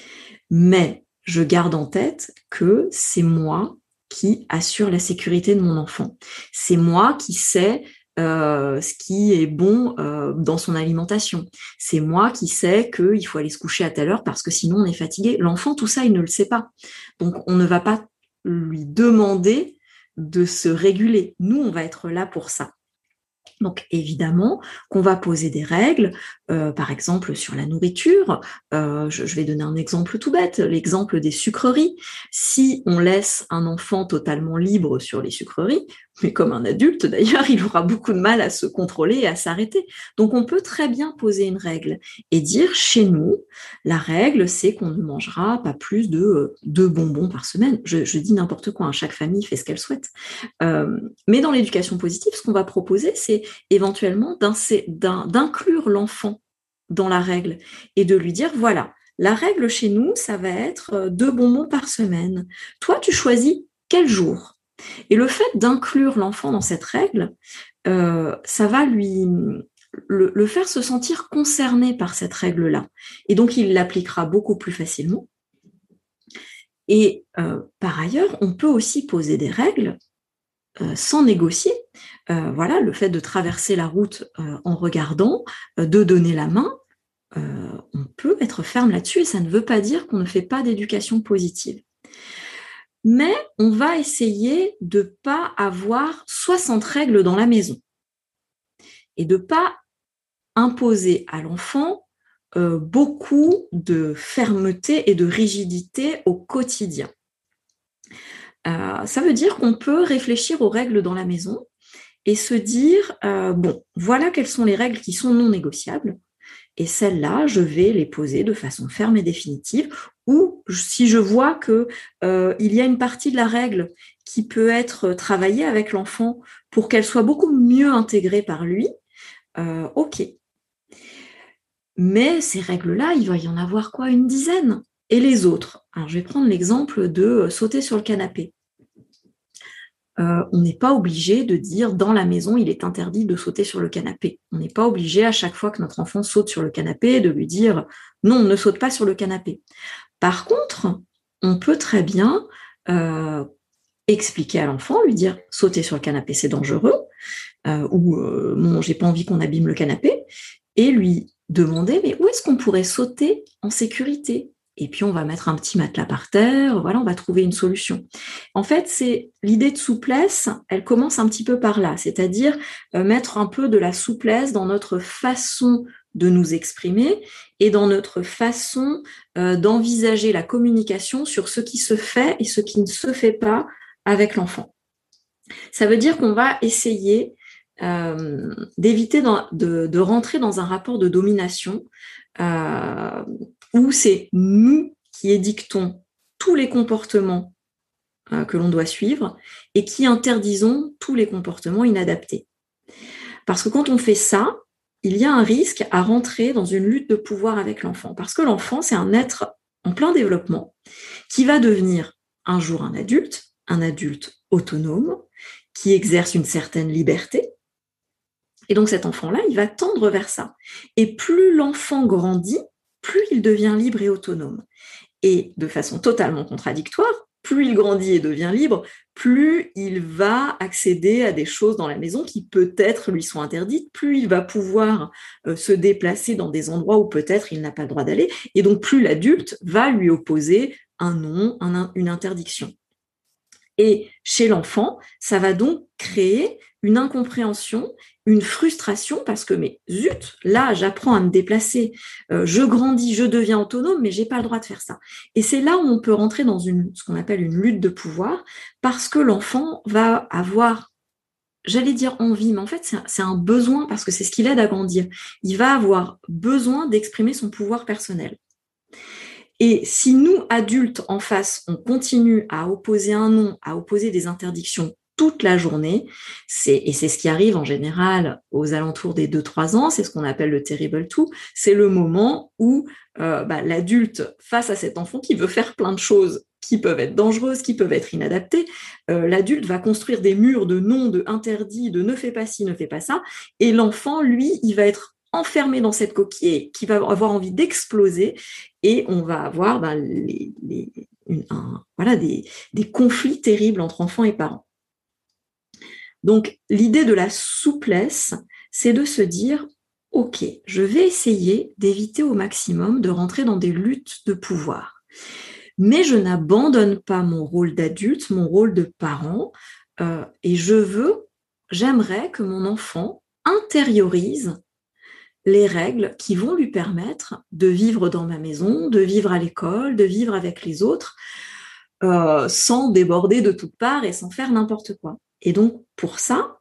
Mais je garde en tête que c'est moi qui assure la sécurité de mon enfant. C'est moi qui sais euh, ce qui est bon euh, dans son alimentation. C'est moi qui sais qu'il faut aller se coucher à telle heure parce que sinon on est fatigué. L'enfant, tout ça, il ne le sait pas. Donc, on ne va pas lui demander de se réguler. Nous, on va être là pour ça. Donc, évidemment, qu'on va poser des règles, euh, par exemple sur la nourriture. Euh, je, je vais donner un exemple tout bête, l'exemple des sucreries. Si on laisse un enfant totalement libre sur les sucreries, mais comme un adulte d'ailleurs, il aura beaucoup de mal à se contrôler et à s'arrêter. Donc, on peut très bien poser une règle et dire, chez nous, la règle, c'est qu'on ne mangera pas plus de euh, deux bonbons par semaine. Je, je dis n'importe quoi, hein, chaque famille fait ce qu'elle souhaite. Euh, mais dans l'éducation positive, ce qu'on va proposer, c'est éventuellement d'inclure l'enfant dans la règle et de lui dire, voilà, la règle chez nous, ça va être deux bonbons par semaine. Toi, tu choisis quel jour? Et le fait d'inclure l'enfant dans cette règle, euh, ça va lui le, le faire se sentir concerné par cette règle-là. Et donc, il l'appliquera beaucoup plus facilement. Et euh, par ailleurs, on peut aussi poser des règles euh, sans négocier. Euh, voilà, le fait de traverser la route euh, en regardant, euh, de donner la main, euh, on peut être ferme là-dessus et ça ne veut pas dire qu'on ne fait pas d'éducation positive. Mais on va essayer de ne pas avoir soixante règles dans la maison et de ne pas imposer à l'enfant euh, beaucoup de fermeté et de rigidité au quotidien. Euh, ça veut dire qu'on peut réfléchir aux règles dans la maison et se dire, euh, bon, voilà quelles sont les règles qui sont non négociables, et celles-là, je vais les poser de façon ferme et définitive, ou si je vois qu'il euh, y a une partie de la règle qui peut être travaillée avec l'enfant pour qu'elle soit beaucoup mieux intégrée par lui, euh, ok. Mais ces règles-là, il va y en avoir quoi, une dizaine? Et les autres? Alors, je vais prendre l'exemple de sauter sur le canapé. Euh, on n'est pas obligé de dire dans la maison, il est interdit de sauter sur le canapé. On n'est pas obligé à chaque fois que notre enfant saute sur le canapé de lui dire non, ne saute pas sur le canapé. Par contre, on peut très bien euh, expliquer à l'enfant, lui dire sauter sur le canapé c'est dangereux, euh, ou euh, bon, j'ai pas envie qu'on abîme le canapé, et lui demander mais où est-ce qu'on pourrait sauter en sécurité? Et puis on va mettre un petit matelas par terre, voilà, on va trouver une solution. En fait, c'est l'idée de souplesse, elle commence un petit peu par là, c'est-à-dire euh, mettre un peu de la souplesse dans notre façon de nous exprimer et dans notre façon euh, d'envisager la communication sur ce qui se fait et ce qui ne se fait pas avec l'enfant. Ça veut dire qu'on va essayer euh, d'éviter dans, de, de rentrer dans un rapport de domination euh, où c'est nous qui édictons tous les comportements euh, que l'on doit suivre et qui interdisons tous les comportements inadaptés. Parce que quand on fait ça, il y a un risque à rentrer dans une lutte de pouvoir avec l'enfant. Parce que l'enfant, c'est un être en plein développement qui va devenir un jour un adulte, un adulte autonome, qui exerce une certaine liberté. Et donc cet enfant-là, il va tendre vers ça. Et plus l'enfant grandit, plus il devient libre et autonome. Et de façon totalement contradictoire, plus il grandit et devient libre, plus il va accéder à des choses dans la maison qui peut-être lui sont interdites, plus il va pouvoir euh, se déplacer dans des endroits où peut-être il n'a pas le droit d'aller, et donc plus l'adulte va lui opposer un non, un, une interdiction. Et chez l'enfant, ça va donc créer une incompréhension, une frustration, parce que, mais zut, là, j'apprends à me déplacer, euh, je grandis, je deviens autonome, mais j'ai pas le droit de faire ça. Et c'est là où on peut rentrer dans une, ce qu'on appelle une lutte de pouvoir, parce que l'enfant va avoir, j'allais dire envie, mais en fait, c'est un, c'est un besoin, parce que c'est ce qui l'aide à grandir. Il va avoir besoin d'exprimer son pouvoir personnel. Et si nous, adultes, en face, on continue à opposer un non, à opposer des interdictions toute la journée, c'est, et c'est ce qui arrive en général aux alentours des deux trois ans, c'est ce qu'on appelle le terrible two, c'est le moment où euh, bah, l'adulte, face à cet enfant qui veut faire plein de choses qui peuvent être dangereuses, qui peuvent être inadaptées, euh, l'adulte va construire des murs de non, de interdits, de ne fais pas ci, ne fais pas ça, et l'enfant, lui, il va être enfermé dans cette coquille qui va avoir envie d'exploser et on va avoir ben, les, les, une, un, voilà, des, des conflits terribles entre enfants et parents. Donc, l'idée de la souplesse, c'est de se dire, ok, je vais essayer d'éviter au maximum de rentrer dans des luttes de pouvoir. Mais je n'abandonne pas mon rôle d'adulte, mon rôle de parent, euh, et je veux, j'aimerais que mon enfant intériorise les règles qui vont lui permettre de vivre dans ma maison, de vivre à l'école, de vivre avec les autres, euh, sans déborder de toutes parts et sans faire n'importe quoi. Et donc, pour ça,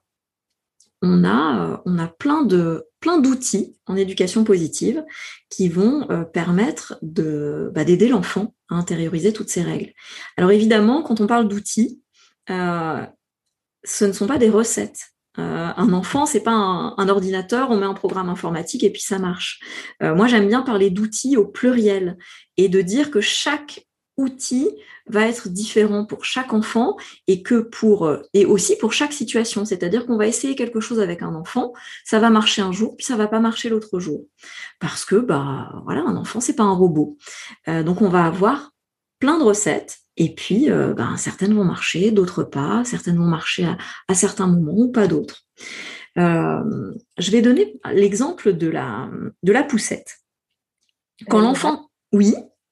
on a, euh, on a plein, de, plein d'outils en éducation positive qui vont euh, permettre de, bah, d'aider l'enfant à intérioriser toutes ces règles. Alors évidemment, quand on parle d'outils, euh, ce ne sont pas des recettes. Euh, un enfant, c'est pas un, un ordinateur, on met un programme informatique et puis ça marche. Euh, moi, j'aime bien parler d'outils au pluriel et de dire que chaque outil va être différent pour chaque enfant et que pour et aussi pour chaque situation. C'est-à-dire qu'on va essayer quelque chose avec un enfant, ça va marcher un jour, puis ça va pas marcher l'autre jour, parce que bah voilà, un enfant c'est pas un robot. Euh, donc on va avoir plein de recettes. Et puis, euh, ben, certaines vont marcher, d'autres pas. Certaines vont marcher à, à certains moments ou pas d'autres. Euh, je vais donner l'exemple de la, de la poussette. Quand euh, l'enfant... Oui.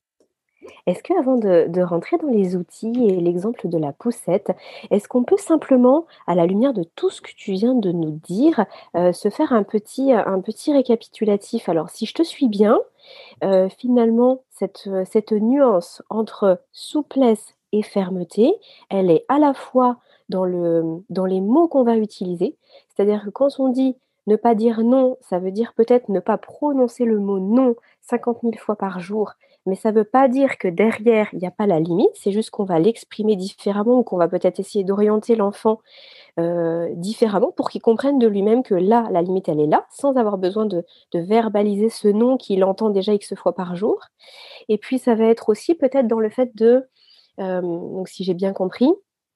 Est-ce qu'avant de, de rentrer dans les outils et l'exemple de la poussette, est-ce qu'on peut simplement, à la lumière de tout ce que tu viens de nous dire, euh, se faire un petit, un petit récapitulatif? Alors, si je te suis bien, euh, finalement, cette, cette nuance entre souplesse et fermeté, elle est à la fois dans, le, dans les mots qu'on va utiliser, c'est-à-dire que quand on dit ne pas dire non, ça veut dire peut-être ne pas prononcer le mot non cinquante mille fois par jour, mais ça ne veut pas dire que derrière, il n'y a pas la limite, c'est juste qu'on va l'exprimer différemment ou qu'on va peut-être essayer d'orienter l'enfant euh, différemment pour qu'il comprenne de lui-même que là, la limite, elle est là, sans avoir besoin de, de verbaliser ce non qu'il entend déjà X fois par jour. Et puis, ça va être aussi peut-être dans le fait de, euh, donc si j'ai bien compris,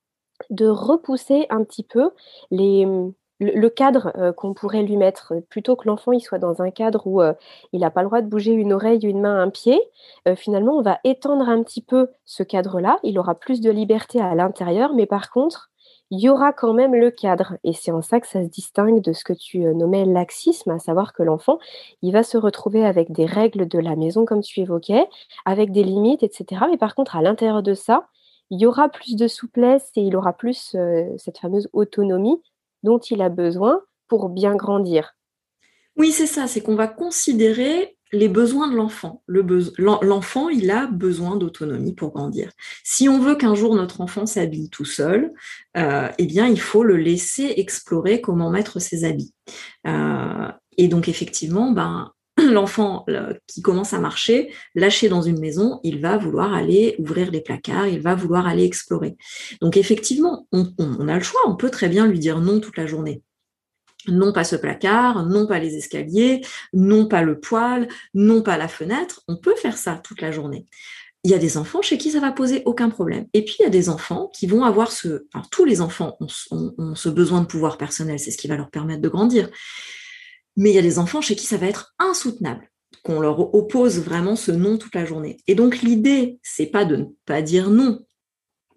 de repousser un petit peu les... Le, le cadre euh, qu'on pourrait lui mettre, plutôt que l'enfant il soit dans un cadre où euh, il n'a pas le droit de bouger une oreille, une main, un pied, euh, finalement on va étendre un petit peu ce cadre-là, il aura plus de liberté à l'intérieur, mais par contre, il y aura quand même le cadre, et c'est en ça que ça se distingue de ce que tu euh, nommais laxisme, à savoir que l'enfant, il va se retrouver avec des règles de la maison, comme tu évoquais, avec des limites, et cetera. Mais par contre, à l'intérieur de ça, il y aura plus de souplesse et il aura plus euh, cette fameuse autonomie dont il a besoin pour bien grandir. Oui, c'est ça, c'est qu'on va considérer les besoins de l'enfant. Le beso- l'enfant, il a besoin d'autonomie pour grandir. Si on veut qu'un jour notre enfant s'habille tout seul, euh, eh bien, il faut le laisser explorer comment mettre ses habits. Euh, et donc, effectivement, ben, l'enfant qui commence à marcher, lâché dans une maison, il va vouloir aller ouvrir les placards, il va vouloir aller explorer. Donc effectivement, on, on a le choix, on peut très bien lui dire non toute la journée. Non pas ce placard, non pas les escaliers, non pas le poêle, non pas la fenêtre. On peut faire ça toute la journée. Il y a des enfants chez qui ça va poser aucun problème. Et puis, il y a des enfants qui vont avoir ce... Alors, tous les enfants ont, ont, ont ce besoin de pouvoir personnel, c'est ce qui va leur permettre de grandir. Mais il y a des enfants chez qui ça va être insoutenable, qu'on leur oppose vraiment ce non toute la journée. Et donc, l'idée, c'est pas de ne pas dire non,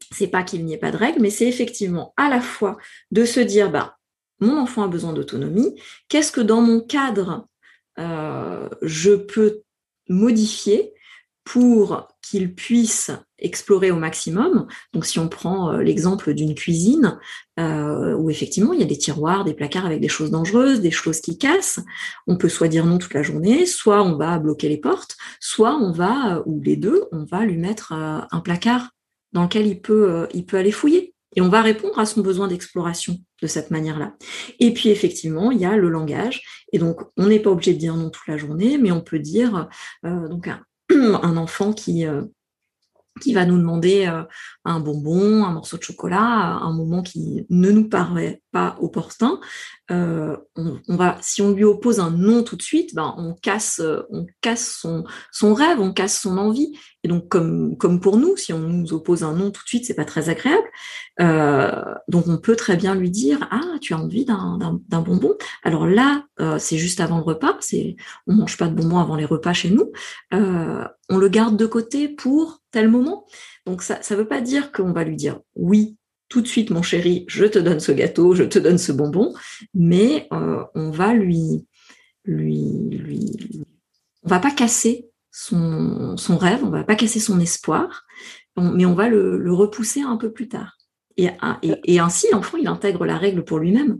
c'est pas qu'il n'y ait pas de règles, mais c'est effectivement à la fois de se dire, bah, mon enfant a besoin d'autonomie, qu'est-ce que dans mon cadre, euh, je peux modifier pour qu'il puisse explorer au maximum. Donc si on prend euh, l'exemple d'une cuisine, euh, où effectivement il y a des tiroirs, des placards avec des choses dangereuses, des choses qui cassent, on peut soit dire non toute la journée, soit on va bloquer les portes, soit on va, ou les deux, on va lui mettre euh, un placard dans lequel il peut, euh, il peut aller fouiller. Et on va répondre à son besoin d'exploration de cette manière-là. Et puis effectivement, il y a le langage. Et donc, on n'est pas obligé de dire non toute la journée, mais on peut dire euh, donc un, un enfant qui, euh, qui va nous demander euh, un bonbon, un morceau de chocolat, à un moment qui ne nous paraît pas opportun. Euh, on, on va, si on lui oppose un non tout de suite, ben on casse, on casse son, son rêve, on casse son envie. Et donc, comme, comme pour nous, si on nous oppose un non tout de suite, c'est pas très agréable. Euh, donc, on peut très bien lui dire, ah, tu as envie d'un, d'un, d'un bonbon. Alors là, euh, c'est juste avant le repas. C'est, on mange pas de bonbons avant les repas chez nous. Euh, on le garde de côté pour tel moment. Donc, ça, ça veut pas dire qu'on va lui dire oui. Tout de suite, mon chéri, je te donne ce gâteau, je te donne ce bonbon, mais euh, on va lui, lui, lui, on va pas casser son, son rêve, on va pas casser son espoir, on, mais on va le, le repousser un peu plus tard. Et, et, et ainsi, l'enfant, il intègre la règle pour lui-même.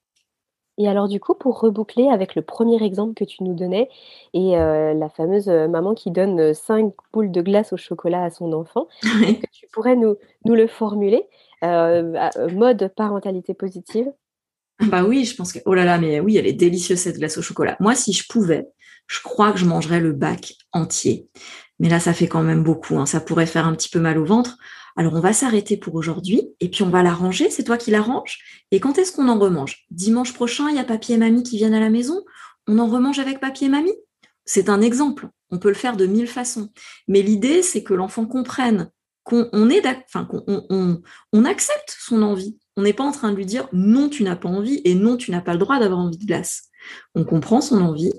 Et alors du coup, pour reboucler avec le premier exemple que tu nous donnais et heu, la fameuse, heu, maman qui donne cinq boules de glace au chocolat à son enfant, est-ce Ouais. que tu pourrais nous nous le formuler, heu, à mode parentalité positive? Bah oui, je pense que, oh là là, mais oui, elle est délicieuse cette glace au chocolat. Moi, si je pouvais, je crois que je mangerais le bac entier. Mais là, ça fait quand même beaucoup, hein. Ça pourrait faire un petit peu mal au ventre. Alors, on va s'arrêter pour aujourd'hui et puis on va la ranger. C'est toi qui la ranges. Et quand est-ce qu'on en remange? Dimanche prochain, il y a papy et mamie qui viennent à la maison. On en remange avec papy et mamie. C'est un exemple. On peut le faire de mille façons. Mais l'idée, c'est que l'enfant comprenne qu'on on est, enfin, qu'on on, on, on accepte son envie. On n'est pas en train de lui dire non, tu n'as pas envie et non, tu n'as pas le droit d'avoir envie de glace. On comprend son envie,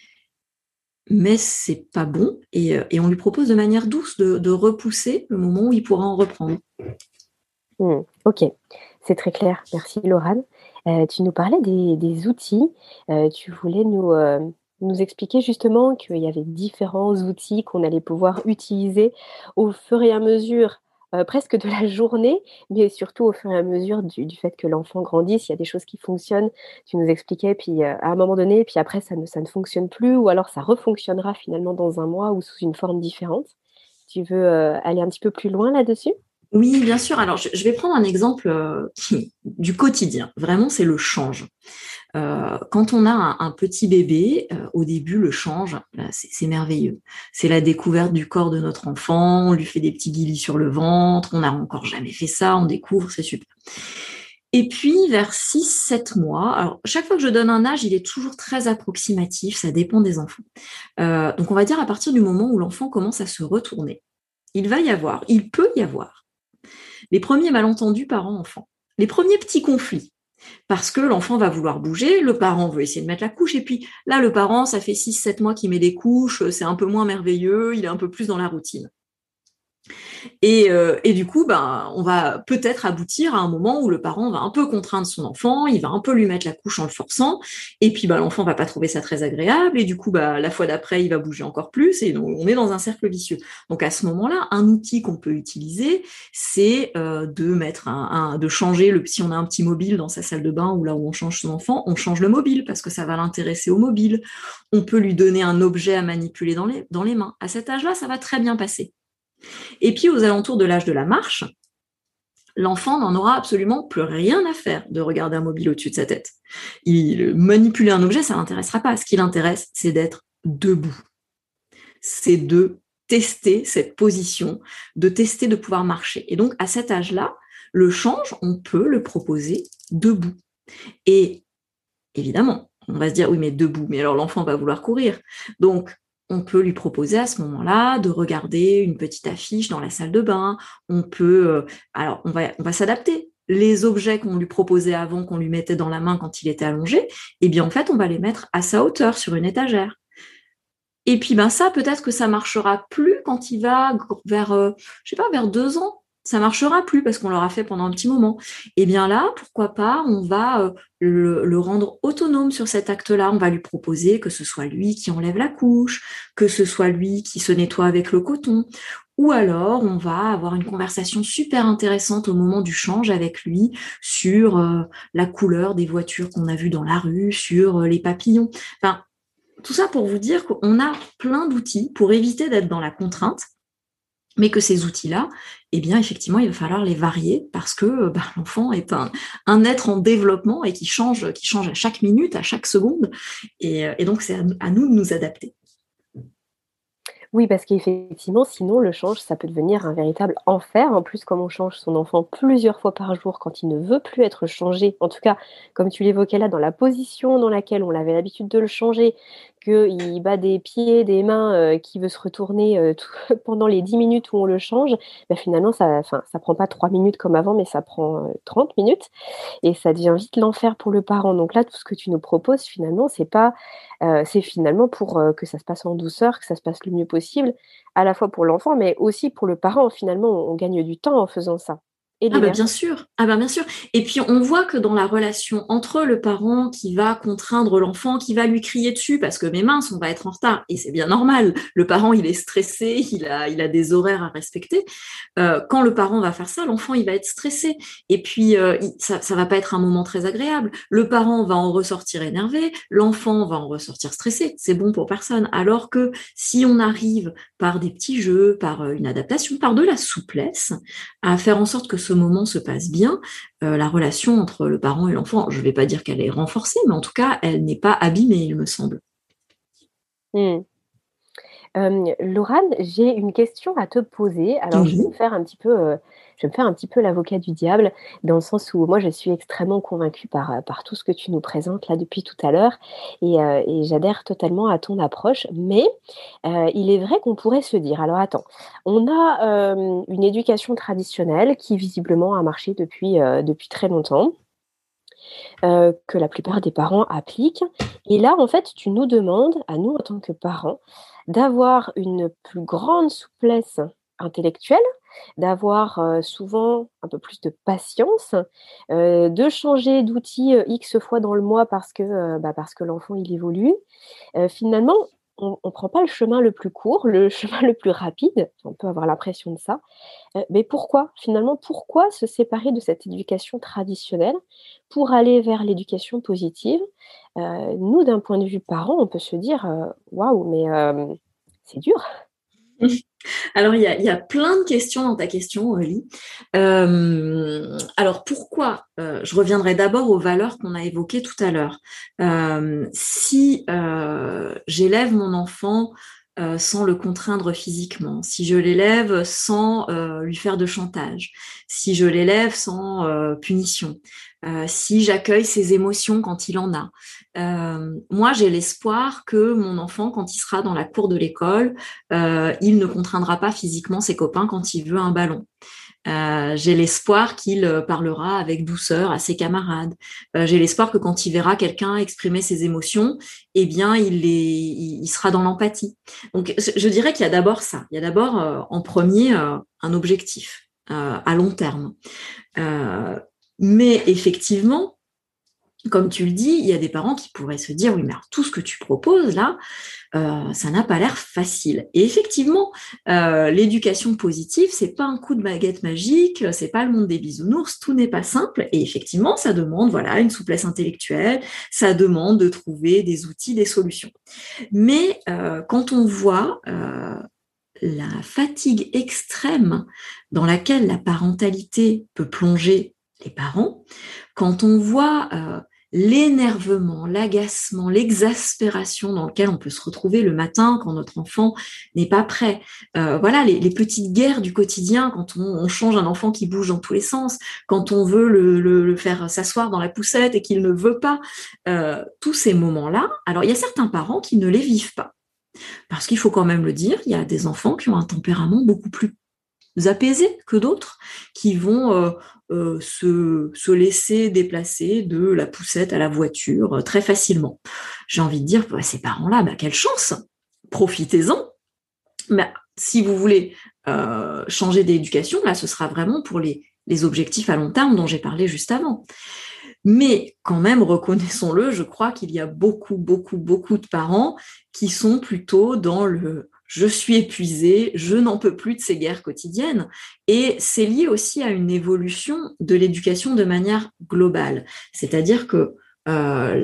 mais c'est pas bon et, et on lui propose de manière douce de, de repousser le moment où il pourra en reprendre. Mmh, OK, c'est très clair. Merci Laurane. Heu, tu nous parlais des des outils, heu, tu voulais nous, heu, nous expliquer justement qu'il y avait différents outils qu'on allait pouvoir utiliser au fur et à mesure, heu, presque de la journée, mais surtout au fur et à mesure du du fait que l'enfant grandisse. Il y a des choses qui fonctionnent, tu nous expliquais, puis, heu, à un moment donné, puis après ça ne ça ne fonctionne plus ou alors ça refonctionnera finalement dans un mois ou sous une forme différente. Tu veux, heu, aller un petit peu plus loin là-dessus? Oui, bien sûr. Alors, je, je vais prendre un exemple euh, qui, du quotidien. Vraiment, c'est le change. Euh, quand on a un, un petit bébé, euh, au début, le change, là, c'est, c'est merveilleux. C'est la découverte du corps de notre enfant. On lui fait des petits guilis sur le ventre. On n'a encore jamais fait ça. On découvre, c'est super. Et puis, vers six sept mois, alors chaque fois que je donne un âge, il est toujours très approximatif. Ça dépend des enfants. Euh, donc, on va dire à partir du moment où l'enfant commence à se retourner, il va y avoir, il peut y avoir les premiers malentendus parents-enfants, les premiers petits conflits, parce que l'enfant va vouloir bouger, le parent veut essayer de mettre la couche, et puis là, le parent, ça fait six sept mois qu'il met des couches, c'est un peu moins merveilleux, il est un peu plus dans la routine. Et, euh, et du coup, ben, on va peut-être aboutir à un moment où le parent va un peu contraindre son enfant, il va un peu lui mettre la couche en le forçant, et puis ben, l'enfant va pas trouver ça très agréable, et du coup, ben, la fois d'après, il va bouger encore plus, et donc on est dans un cercle vicieux. Donc à ce moment-là, un outil qu'on peut utiliser, c'est euh, de mettre un, un, de changer le, si on a un petit mobile dans sa salle de bain ou là où on change son enfant, on change le mobile parce que ça va l'intéresser au mobile. On peut lui donner un objet à manipuler dans les, dans les mains. À cet âge-là, ça va très bien passer. Et puis, aux alentours de l'âge de la marche, l'enfant n'en aura absolument plus rien à faire de regarder un mobile au-dessus de sa tête. Il, manipuler un objet, ça ne l'intéressera pas. Ce qui l'intéresse, c'est d'être debout. C'est de tester cette position, de tester de pouvoir marcher. Et donc, à cet âge-là, le change, on peut le proposer debout. Et évidemment, on va se dire, oui, mais debout, mais alors l'enfant va vouloir courir. Donc, on peut lui proposer à ce moment-là de regarder une petite affiche dans la salle de bain. On peut, euh, alors on va, on va s'adapter. Les objets qu'on lui proposait avant, qu'on lui mettait dans la main quand il était allongé, eh bien en fait, on va les mettre à sa hauteur sur une étagère. Et puis ben ça, peut-être que ça marchera plus quand il va vers, euh, je sais pas, vers deux ans. ça marchera plus parce qu'on l'aura fait pendant un petit moment. Et bien là, pourquoi pas, on va euh, le, le rendre autonome sur cet acte-là. On va lui proposer que ce soit lui qui enlève la couche, que ce soit lui qui se nettoie avec le coton. Ou alors, on va avoir une conversation super intéressante au moment du change avec lui sur euh, la couleur des voitures qu'on a vues dans la rue, sur euh, les papillons. Enfin, tout ça pour vous dire qu'on a plein d'outils pour éviter d'être dans la contrainte, mais que ces outils-là, eh bien, effectivement, il va falloir les varier parce que bah, l'enfant est un, un être en développement et qui change, qui change à chaque minute, à chaque seconde. Et, et donc, c'est à, à nous de nous adapter. Oui, parce qu'effectivement, sinon, le change, ça peut devenir un véritable enfer. En plus, comme on change son enfant plusieurs fois par jour quand il ne veut plus être changé, en tout cas, comme tu l'évoquais là, dans la position dans laquelle on avait l'habitude de le changer, qu'il bat des pieds, des mains, euh, qui veut se retourner euh, tout- pendant les dix minutes où on le change, ben finalement, ça, enfin, ça prend pas trois minutes comme avant, mais ça prend euh, trente minutes. Et ça devient vite l'enfer pour le parent. Donc là, tout ce que tu nous proposes, finalement, c'est pas, heu, c'est finalement pour, heu, que ça se passe en douceur, que ça se passe le mieux possible, à la fois pour l'enfant, mais aussi pour le parent. Finalement, on on gagne du temps en faisant ça et de Ah bah l'énergie. bien sûr, ah bah bien sûr. Et puis on voit que dans la relation entre le parent qui va contraindre l'enfant, qui va lui crier dessus parce que mais mince, on va être en retard, et c'est bien normal. Le parent il est stressé, il a il a des horaires à respecter. Euh, quand le parent va faire ça, l'enfant il va être stressé et puis euh, il, ça ça va pas être un moment très agréable. Le parent va en ressortir énervé, l'enfant va en ressortir stressé. C'est bon pour personne. Alors que si on arrive par des petits jeux, par euh, une adaptation, par de la souplesse, à faire en sorte que ce moment se passe bien, euh, la relation entre le parent et l'enfant, je ne vais pas dire qu'elle est renforcée, mais en tout cas, elle n'est pas abîmée, il me semble. Mmh. Hem, Laurane, j'ai une question à te poser. Alors je vais me Oui. faire un petit peu, heu, je vais me faire un petit peu l'avocat du diable, dans le sens où moi je suis extrêmement convaincue par, heu, par tout ce que tu nous présentes là depuis tout à l'heure et heu et j'adhère totalement à ton approche. Mais, heu, il est vrai qu'on pourrait se dire alors attends, on a, hem, une éducation traditionnelle qui visiblement a marché depuis, heu, depuis très longtemps, heu, que la plupart des parents appliquent. Et là, en fait, tu nous demandes, à nous en tant que parents, d'avoir une plus grande souplesse intellectuelle, d'avoir, heu, souvent un peu plus de patience, heu, de changer d'outil, heu, X fois dans le mois parce que, heu, bah, parce que l'enfant il évolue. Heu, finalement, on ne prend pas le chemin le plus court, le chemin le plus rapide, on peut avoir l'impression de ça. Heu, mais pourquoi? Finalement, pourquoi se séparer de cette éducation traditionnelle pour aller vers l'éducation positive? Heu, nous, d'un point de vue parent, on peut se dire, heu: «Waouh, mais hem, c'est dur». Alors, il y a, il y a plein de questions dans ta question, Oli. Euh, alors, pourquoi euh, je reviendrai d'abord aux valeurs qu'on a évoquées tout à l'heure. Euh, si euh, j'élève mon enfant euh, sans le contraindre physiquement, si je l'élève sans euh, lui faire de chantage, si je l'élève sans euh, punition, euh, si j'accueille ses émotions quand il en a, euh, moi j'ai l'espoir que mon enfant, quand il sera dans la cour de l'école, euh, il ne contraindra pas physiquement ses copains quand il veut un ballon. Euh, j'ai l'espoir qu'il euh, parlera avec douceur à ses camarades. Euh, j'ai l'espoir que quand il verra quelqu'un exprimer ses émotions, eh bien, il, est, il, il sera dans l'empathie. Donc, je dirais qu'il y a d'abord ça. Il y a d'abord, euh, en premier, euh, un objectif euh, à long terme. Euh, mais effectivement, comme tu le dis, il y a des parents qui pourraient se dire, oui, mais alors, tout ce que tu proposes là, euh, ça n'a pas l'air facile. Et effectivement, euh, l'éducation positive, c'est pas un coup de baguette magique, c'est pas le monde des bisounours, tout n'est pas simple. Et effectivement, ça demande, voilà, une souplesse intellectuelle, ça demande de trouver des outils, des solutions. Mais euh, quand on voit euh, la fatigue extrême dans laquelle la parentalité peut plonger les parents, quand on voit euh, l'énervement, l'agacement, l'exaspération dans lequel on peut se retrouver le matin quand notre enfant n'est pas prêt. Euh, voilà, les, les petites guerres du quotidien, quand on, on change un enfant qui bouge dans tous les sens, quand on veut le, le, le faire s'asseoir dans la poussette et qu'il ne veut pas, euh, tous ces moments-là, alors il y a certains parents qui ne les vivent pas. Parce qu'il faut quand même le dire, il y a des enfants qui ont un tempérament beaucoup plus apaisés que d'autres, qui vont euh, euh, se, se laisser déplacer de la poussette à la voiture euh, très facilement. J'ai envie de dire, bah, ces parents-là, bah, quelle chance, profitez-en. Mais si vous voulez euh, changer d'éducation, là, ce sera vraiment pour les, les objectifs à long terme dont j'ai parlé juste avant. Mais quand même, reconnaissons-le, je crois qu'il y a beaucoup, beaucoup, beaucoup de parents qui sont plutôt dans le « je suis épuisé, je n'en peux plus de ces guerres quotidiennes ». Et c'est lié aussi à une évolution de l'éducation de manière globale. C'est-à-dire que euh,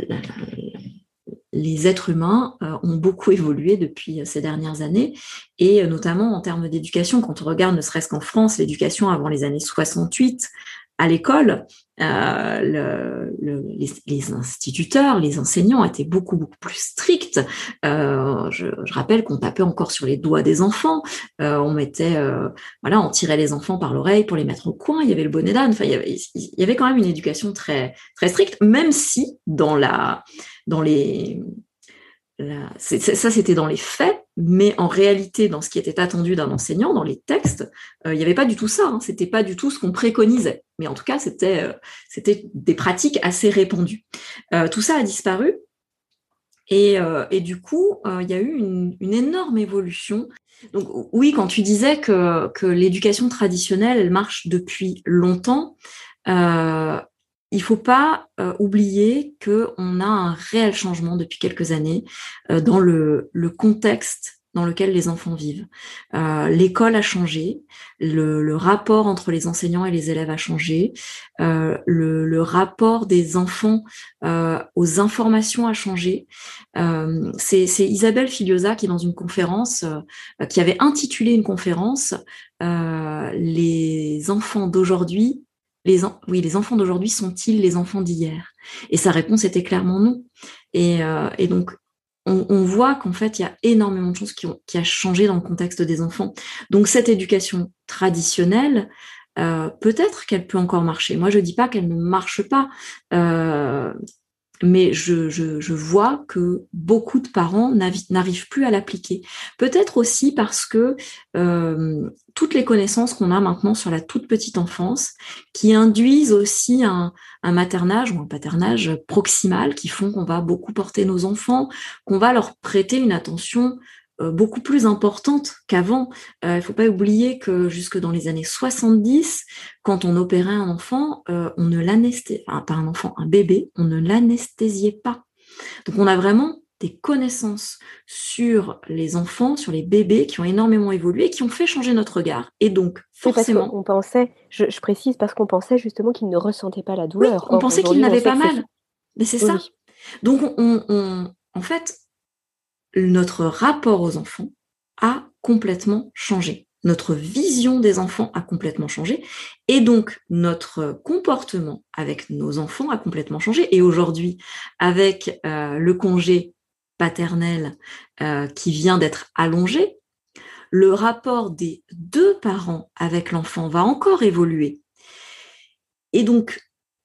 les êtres humains euh, ont beaucoup évolué depuis ces dernières années, et notamment en termes d'éducation, quand on regarde ne serait-ce qu'en France, l'éducation avant les années soixante-huit, à l'école, euh, le, le, les, les instituteurs, les enseignants étaient beaucoup, beaucoup plus stricts. Euh, je, je rappelle qu'on tapait encore sur les doigts des enfants, euh, on mettait, euh, voilà, on tirait les enfants par l'oreille pour les mettre au coin, il y avait le bonnet d'âne, enfin, il y avait, il y avait quand même une éducation très, très stricte, même si dans la, dans les, la, c'est, ça c'était dans les faits, mais en réalité, dans ce qui était attendu d'un enseignant, dans les textes, euh, il n'y avait pas du tout ça. Hein, c'était pas du tout ce qu'on préconisait. Mais en tout cas, c'était, euh, c'était des pratiques assez répandues. Euh, tout ça a disparu. Et, euh, et du coup, euh, il y a eu une, une énorme évolution. Donc oui, quand tu disais que, que l'éducation traditionnelle, elle marche depuis longtemps, euh, il ne faut pas euh, oublier qu'on a un réel changement depuis quelques années euh, dans le, le contexte dans lequel les enfants vivent. Euh, l'école a changé, le, le rapport entre les enseignants et les élèves a changé, euh, le, le rapport des enfants euh, aux informations a changé. Euh, c'est, c'est Isabelle Filiosa qui, dans une conférence, euh, qui avait intitulé une conférence euh, « Les enfants d'aujourd'hui ». Les en... Oui, les enfants d'aujourd'hui sont-ils les enfants d'hier? Et sa réponse était clairement non. Et, euh, et donc, on, on voit qu'en fait, il y a énormément de choses qui ont qui a changé dans le contexte des enfants. Donc, cette éducation traditionnelle, euh, peut-être qu'elle peut encore marcher. Moi, je dis pas qu'elle ne marche pas, euh, mais je, je, je vois que beaucoup de parents n'arrivent plus à l'appliquer. Peut-être aussi parce que euh, toutes les connaissances qu'on a maintenant sur la toute petite enfance, qui induisent aussi un, un maternage ou un paternage proximal, qui font qu'on va beaucoup porter nos enfants, qu'on va leur prêter une attention euh, beaucoup plus importante qu'avant. Il euh, ne faut pas oublier que jusque dans les années soixante-dix, quand on opérait un enfant, euh, on ne l'anesthésiait, enfin pas un enfant, un bébé, on ne l'anesthésiait pas. Donc on a vraiment des connaissances sur les enfants, sur les bébés qui ont énormément évolué et qui ont fait changer notre regard. Et donc, forcément... Oui, parce qu'on pensait, je, je précise, parce qu'on pensait justement qu'ils ne ressentaient pas la Oui, douleur. on Or, pensait qu'ils n'avaient pas mal. c'est... Mais c'est oui, ça. Oui. Donc, on, on, en fait, notre rapport aux enfants a complètement changé. Notre vision des enfants a complètement changé. Et donc, notre comportement avec nos enfants a complètement changé. Et aujourd'hui, avec euh, le congé paternel euh, qui vient d'être allongé, le rapport des deux parents avec l'enfant va encore évoluer. Et donc,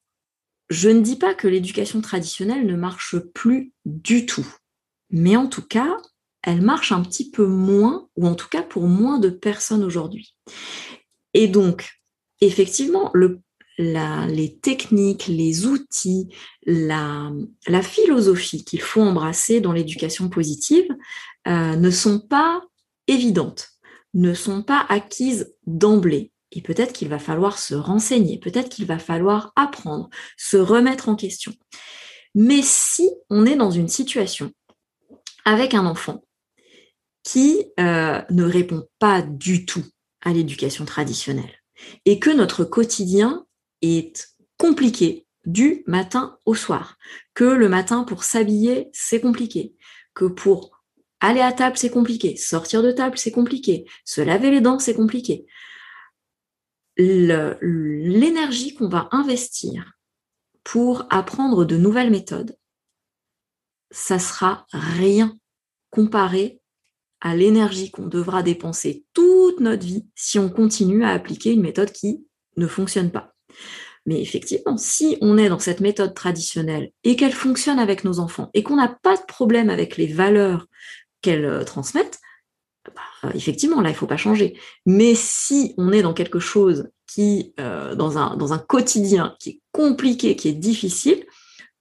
je ne dis pas que l'éducation traditionnelle ne marche plus du tout. Mais en tout cas, elle marche un petit peu moins, ou en tout cas pour moins de personnes aujourd'hui. Et donc, effectivement, le, la, les techniques, les outils, la, la philosophie qu'il faut embrasser dans l'éducation positive euh, ne sont pas évidentes, ne sont pas acquises d'emblée. Et peut-être qu'il va falloir se renseigner, peut-être qu'il va falloir apprendre, se remettre en question. Mais si on est dans une situation avec un enfant qui euh, ne répond pas du tout à l'éducation traditionnelle et que notre quotidien est compliqué du matin au soir, que le matin pour s'habiller, c'est compliqué, que pour aller à table, c'est compliqué, sortir de table, c'est compliqué, se laver les dents, c'est compliqué. Le, l'énergie qu'on va investir pour apprendre de nouvelles méthodes, ça sera rien comparé à l'énergie qu'on devra dépenser toute notre vie si on continue à appliquer une méthode qui ne fonctionne pas. Mais effectivement, si on est dans cette méthode traditionnelle et qu'elle fonctionne avec nos enfants et qu'on n'a pas de problème avec les valeurs qu'elles transmettent, bah, effectivement, là, il ne faut pas changer. Mais si on est dans quelque chose qui, euh, dans un, dans un quotidien qui est compliqué, qui est difficile,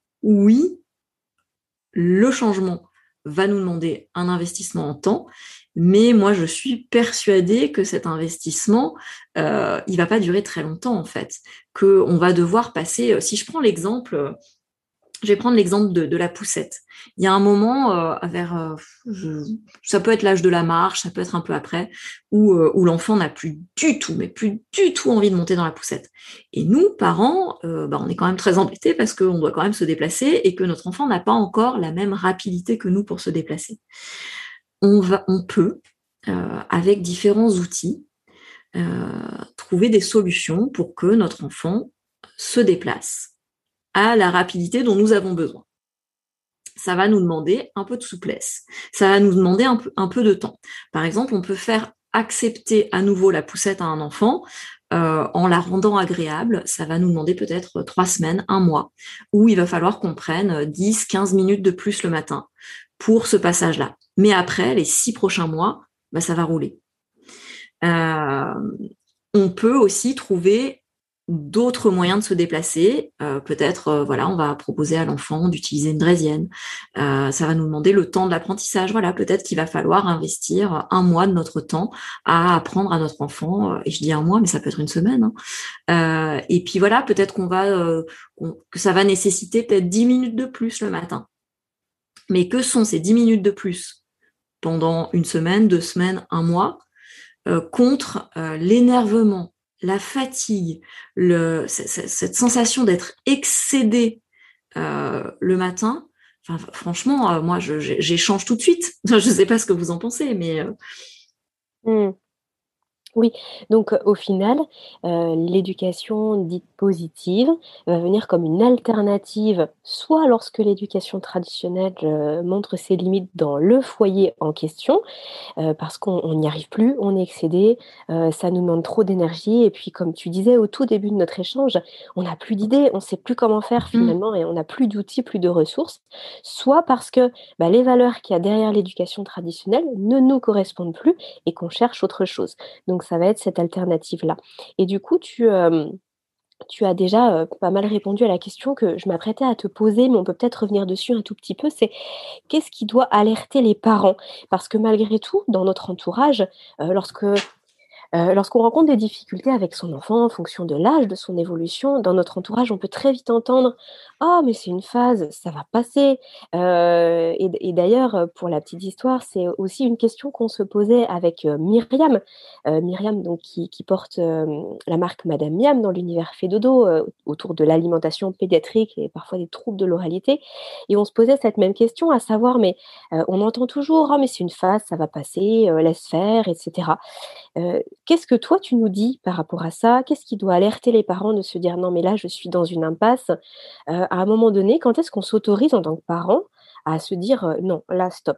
oui, le changement va nous demander un investissement en temps, mais moi, je suis persuadée que cet investissement, euh, il va pas durer très longtemps, en fait. Qu'on va devoir passer, si je prends l'exemple, je vais prendre l'exemple de, de la poussette. Il y a un moment, euh, vers, euh, je, ça peut être l'âge de la marche, ça peut être un peu après, où, euh, où l'enfant n'a plus du tout, mais plus du tout envie de monter dans la poussette. Et nous, parents, euh, bah, on est quand même très embêtés parce qu'on doit quand même se déplacer et que notre enfant n'a pas encore la même rapidité que nous pour se déplacer. On va, on peut, euh, avec différents outils, euh, trouver des solutions pour que notre enfant se déplace à la rapidité dont nous avons besoin. Ça va nous demander un peu de souplesse. Ça va nous demander un peu, un peu de temps. Par exemple, on peut faire accepter à nouveau la poussette à un enfant euh, en la rendant agréable. Ça va nous demander peut-être trois semaines, un mois, où il va falloir qu'on prenne dix, quinze minutes de plus le matin pour ce passage-là. Mais après, les six prochains mois, bah, ça va rouler. Euh, on peut aussi trouver d'autres moyens de se déplacer. Euh, peut-être, euh, voilà, on va proposer à l'enfant d'utiliser une draisienne. Euh, ça va nous demander le temps de l'apprentissage. Voilà, peut-être qu'il va falloir investir un mois de notre temps à apprendre à notre enfant. Euh, et je dis un mois, mais ça peut être une semaine. Hein. Euh, et puis voilà, peut-être qu'on va, euh, qu'on, que ça va nécessiter peut-être dix minutes de plus le matin. Mais que sont ces dix minutes de plus pendant une semaine, deux semaines, un mois, euh, contre euh, l'énervement, la fatigue, le, c- c- cette sensation d'être excédé euh, le matin. Enfin, franchement, euh, moi, je, j'échange tout de suite. Je ne sais pas ce que vous en pensez, mais euh... Mmh. Oui, donc au final, heu, l'éducation dite positive va venir comme une alternative, soit lorsque l'éducation traditionnelle, heu, montre ses limites dans le foyer en question, heu, parce qu'on on n'y arrive plus, on est excédé, heu, ça nous demande trop d'énergie et puis comme tu disais au tout début de notre échange, on n'a plus d'idées, on ne sait plus comment faire mmh. finalement et on n'a plus d'outils, plus de ressources. Soit parce que, bah, les valeurs qu'il y a derrière l'éducation traditionnelle ne nous correspondent plus et qu'on cherche autre chose. Donc ça va être cette alternative-là et du coup tu, hem, tu as déjà, heu, pas mal répondu à la question que je m'apprêtais à te poser, mais on peut peut-être revenir dessus un tout petit peu, c'est qu'est-ce qui doit alerter les parents? Parce que malgré tout, dans notre entourage, heu, lorsque Heu, lorsqu'on rencontre des difficultés avec son enfant en fonction de l'âge, de son évolution, dans notre entourage, on peut très vite entendre: «Ah mais c'est une phase, ça va passer». Heu et d et d'ailleurs, heu, pour la petite histoire, c'est aussi une question qu'on se posait avec, heu, Myriam. Heu, Myriam donc qui qui porte, hem, la marque Madame Miam dans l'univers Fedodo, heu, autour de l'alimentation pédiatrique et parfois des troubles de l'oralité et on se posait cette même question à savoir mais, heu, on entend toujours: «Ah mais c'est une phase, ça va passer, heu, laisse faire» et cetera. Heu, qu'est-ce que toi tu nous dis par rapport à ça? Qu'est-ce qui doit alerter les parents de se dire: «Non mais là je suis dans une impasse», heu, à un moment donné, quand est-ce qu'on s'autorise en tant que parent à se dire, heu: «Non, là stop»?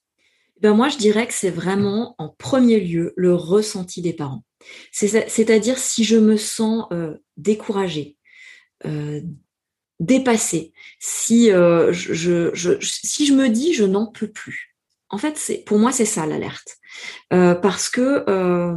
Ben moi, je dirais que c'est vraiment en premier lieu le ressenti des parents. C'est, c'est-à-dire si je me sens euh, découragée, euh, dépassée, si, euh, je, je, je, si je me dis je n'en peux plus. En fait, c'est, pour moi, c'est ça l'alerte. Euh, parce que euh,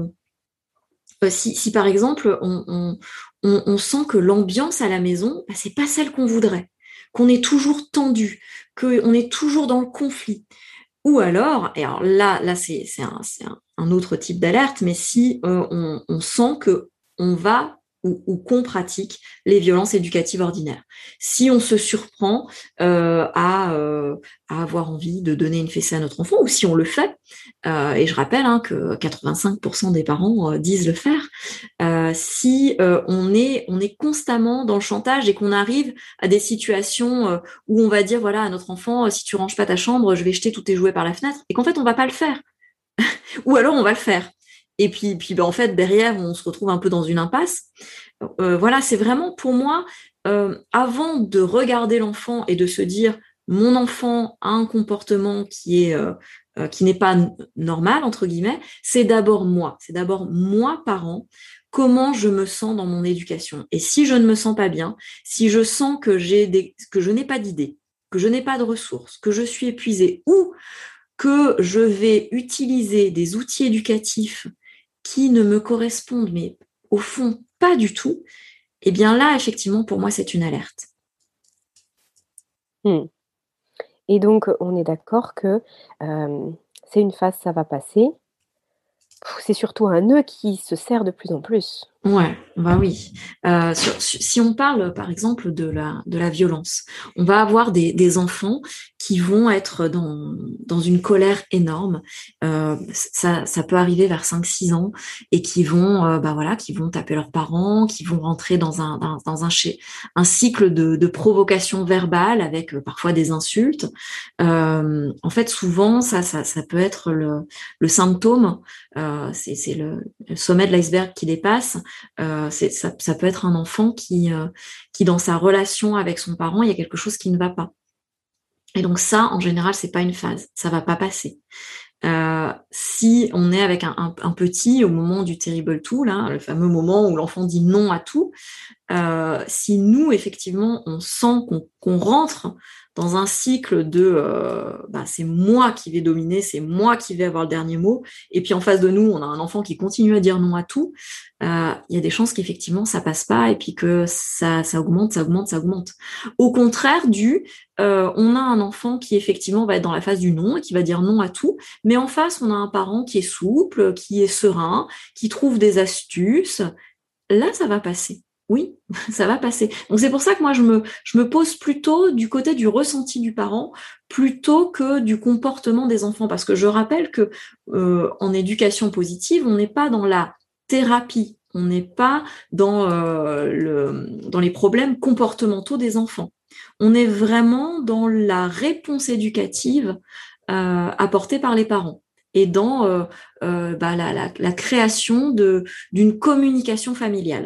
si, si par exemple, on, on, on, on sent que l'ambiance à la maison, bah, c'est pas celle qu'on voudrait, qu'on est toujours tendu, qu'on est toujours dans le conflit. Ou alors, et alors là, là c'est, c'est, un, c'est un, un autre type d'alerte, mais si euh, on, on sent que on va ou, ou qu'on pratique les violences éducatives ordinaires. Si on se surprend euh, à, euh, à avoir envie de donner une fessée à notre enfant, ou si on le fait, euh, et je rappelle hein, que quatre-vingt-cinq pour cent des parents euh, disent le faire, euh, si euh, on est on est constamment dans le chantage et qu'on arrive à des situations euh, où on va dire voilà à notre enfant, si tu ranges pas ta chambre, je vais jeter tous tes jouets par la fenêtre, et qu'en fait on va pas le faire, ou alors on va le faire. Et puis, puis ben, en fait, derrière, on se retrouve un peu dans une impasse. Euh, voilà, c'est vraiment pour moi, euh, avant de regarder l'enfant et de se dire, mon enfant a un comportement qui est euh, euh, qui n'est pas n- normal entre guillemets, c'est d'abord moi, c'est d'abord moi parent, comment je me sens dans mon éducation. Et si je ne me sens pas bien, si je sens que j'ai des, que je n'ai pas d'idées, que je n'ai pas de ressources, que je suis épuisée, ou que je vais utiliser des outils éducatifs qui ne me correspondent, mais au fond, pas du tout, eh bien là, effectivement, pour moi, c'est une alerte. Mmh. Et donc, on est d'accord que, hem, c'est une phase, ça va passer. C'est surtout un nœud qui se serre de plus en plus. Ouais, bah oui. Euh, sur, sur, si on parle, par exemple, de la, de la violence, on va avoir des, des enfants qui vont être dans, dans une colère énorme. Euh, ça, ça peut arriver vers cinq six ans et qui vont, euh, bah voilà, qui vont taper leurs parents, qui vont rentrer dans un, dans, dans un, un cycle de, de provocation verbale avec euh, parfois des insultes. Euh, en fait, souvent, ça, ça, ça peut être le, le symptôme. Euh, c'est, c'est le, le sommet de l'iceberg qui dépasse. Euh, c'est, ça, ça peut être un enfant qui, euh, qui, dans sa relation avec son parent, il y a quelque chose qui ne va pas. Et donc ça, en général, c'est pas une phase, ça va pas passer. Euh, si on est avec un, un, un petit au moment du terrible two, là, le fameux moment où l'enfant dit non à tout, euh, si nous, effectivement, on sent qu'on, qu'on rentre dans un cycle de euh, bah, c'est moi qui vais dominer, c'est moi qui vais avoir le dernier mot, et puis en face de nous, on a un enfant qui continue à dire non à tout, euh, il y a des chances qu'effectivement ça passe pas, et puis que ça, ça augmente, ça augmente, ça augmente. Au contraire du, euh, on a un enfant qui effectivement va être dans la phase du non, et qui va dire non à tout, mais en face, on a un parent qui est souple, qui est serein, qui trouve des astuces. Là, ça va passer. Oui, ça va passer. Donc c'est pour ça que moi je me je me pose plutôt du côté du ressenti du parent plutôt que du comportement des enfants, parce que je rappelle que euh, en éducation positive, on n'est pas dans la thérapie, on n'est pas dans euh, le dans les problèmes comportementaux des enfants. On est vraiment dans la réponse éducative euh, apportée par les parents et dans euh, euh, bah, la, la, la création de d'une communication familiale.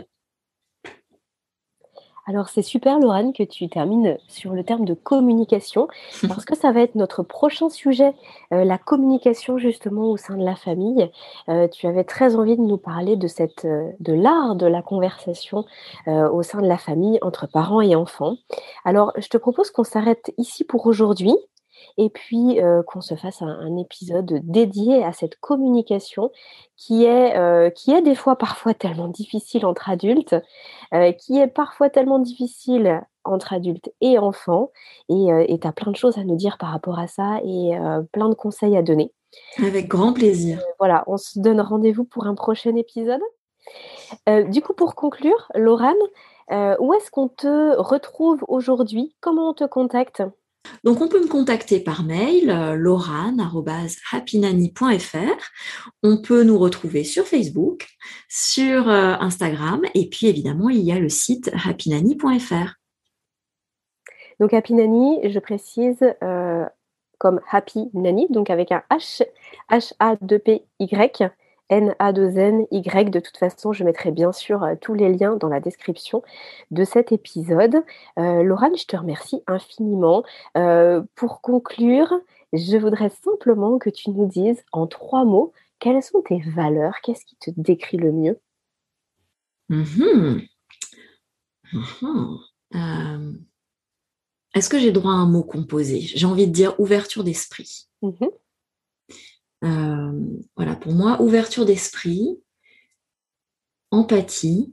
Alors c'est super Laurane que tu termines sur le terme de communication parce que ça va être notre prochain sujet, euh, la communication justement au sein de la famille. Euh, tu avais très envie de nous parler de cette, euh, de l'art de la conversation euh, au sein de la famille entre parents et enfants. Alors je te propose qu'on s'arrête ici pour aujourd'hui. Et puis euh, qu'on se fasse un, un épisode dédié à cette communication qui est, euh, qui est des fois parfois tellement difficile entre adultes, euh, qui est parfois tellement difficile entre adultes et enfants, et euh, tu as plein de choses à nous dire par rapport à ça et euh, plein de conseils à donner. Avec grand plaisir. Euh, voilà, on se donne rendez-vous pour un prochain épisode. Euh, du coup, pour conclure, Laurane, euh, où est-ce qu'on te retrouve aujourd'hui? Comment on te contacte? Donc, on peut me contacter par mail, euh, laurane arobase happy nanny point f r. On peut nous retrouver sur Facebook, sur euh, Instagram, et puis évidemment, il y a le site happy nanny point f r. Donc, Happy Nanny, je précise, euh, comme Happy Nanny, donc avec un H, H A deux P Y, N A deux N Y. De toute façon, je mettrai bien sûr euh, tous les liens dans la description de cet épisode. Euh, Laurane, je te remercie infiniment. Euh, pour conclure, je voudrais simplement que tu nous dises en trois mots, quelles sont tes valeurs? Qu'est-ce qui te décrit le mieux? Mmh. Mmh. Euh, est-ce que j'ai droit à un mot composé? J'ai envie de dire ouverture d'esprit. Mmh. Euh, voilà, pour moi, ouverture d'esprit, empathie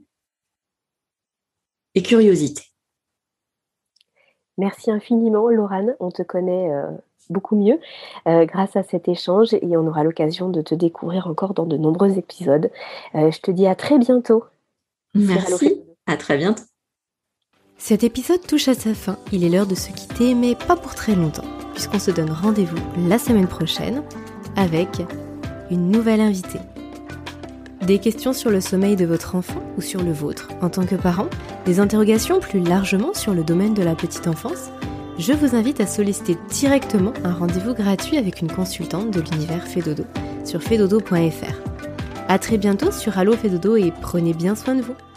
et curiosité. Merci infiniment, Laurane. On te connaît euh, beaucoup mieux euh, grâce à cet échange et on aura l'occasion de te découvrir encore dans de nombreux épisodes. Euh, je te dis à très bientôt. Merci, à très bientôt. Cet épisode touche à sa fin. Il est l'heure de se quitter, mais pas pour très longtemps, puisqu'on se donne rendez-vous la semaine prochaine avec une nouvelle invitée. Des questions sur le sommeil de votre enfant ou sur le vôtre en tant que parent, des interrogations plus largement sur le domaine de la petite enfance, je vous invite à solliciter directement un rendez-vous gratuit avec une consultante de l'univers Fedodo sur fedodo point f r. À très bientôt sur Allo Fedodo et prenez bien soin de vous.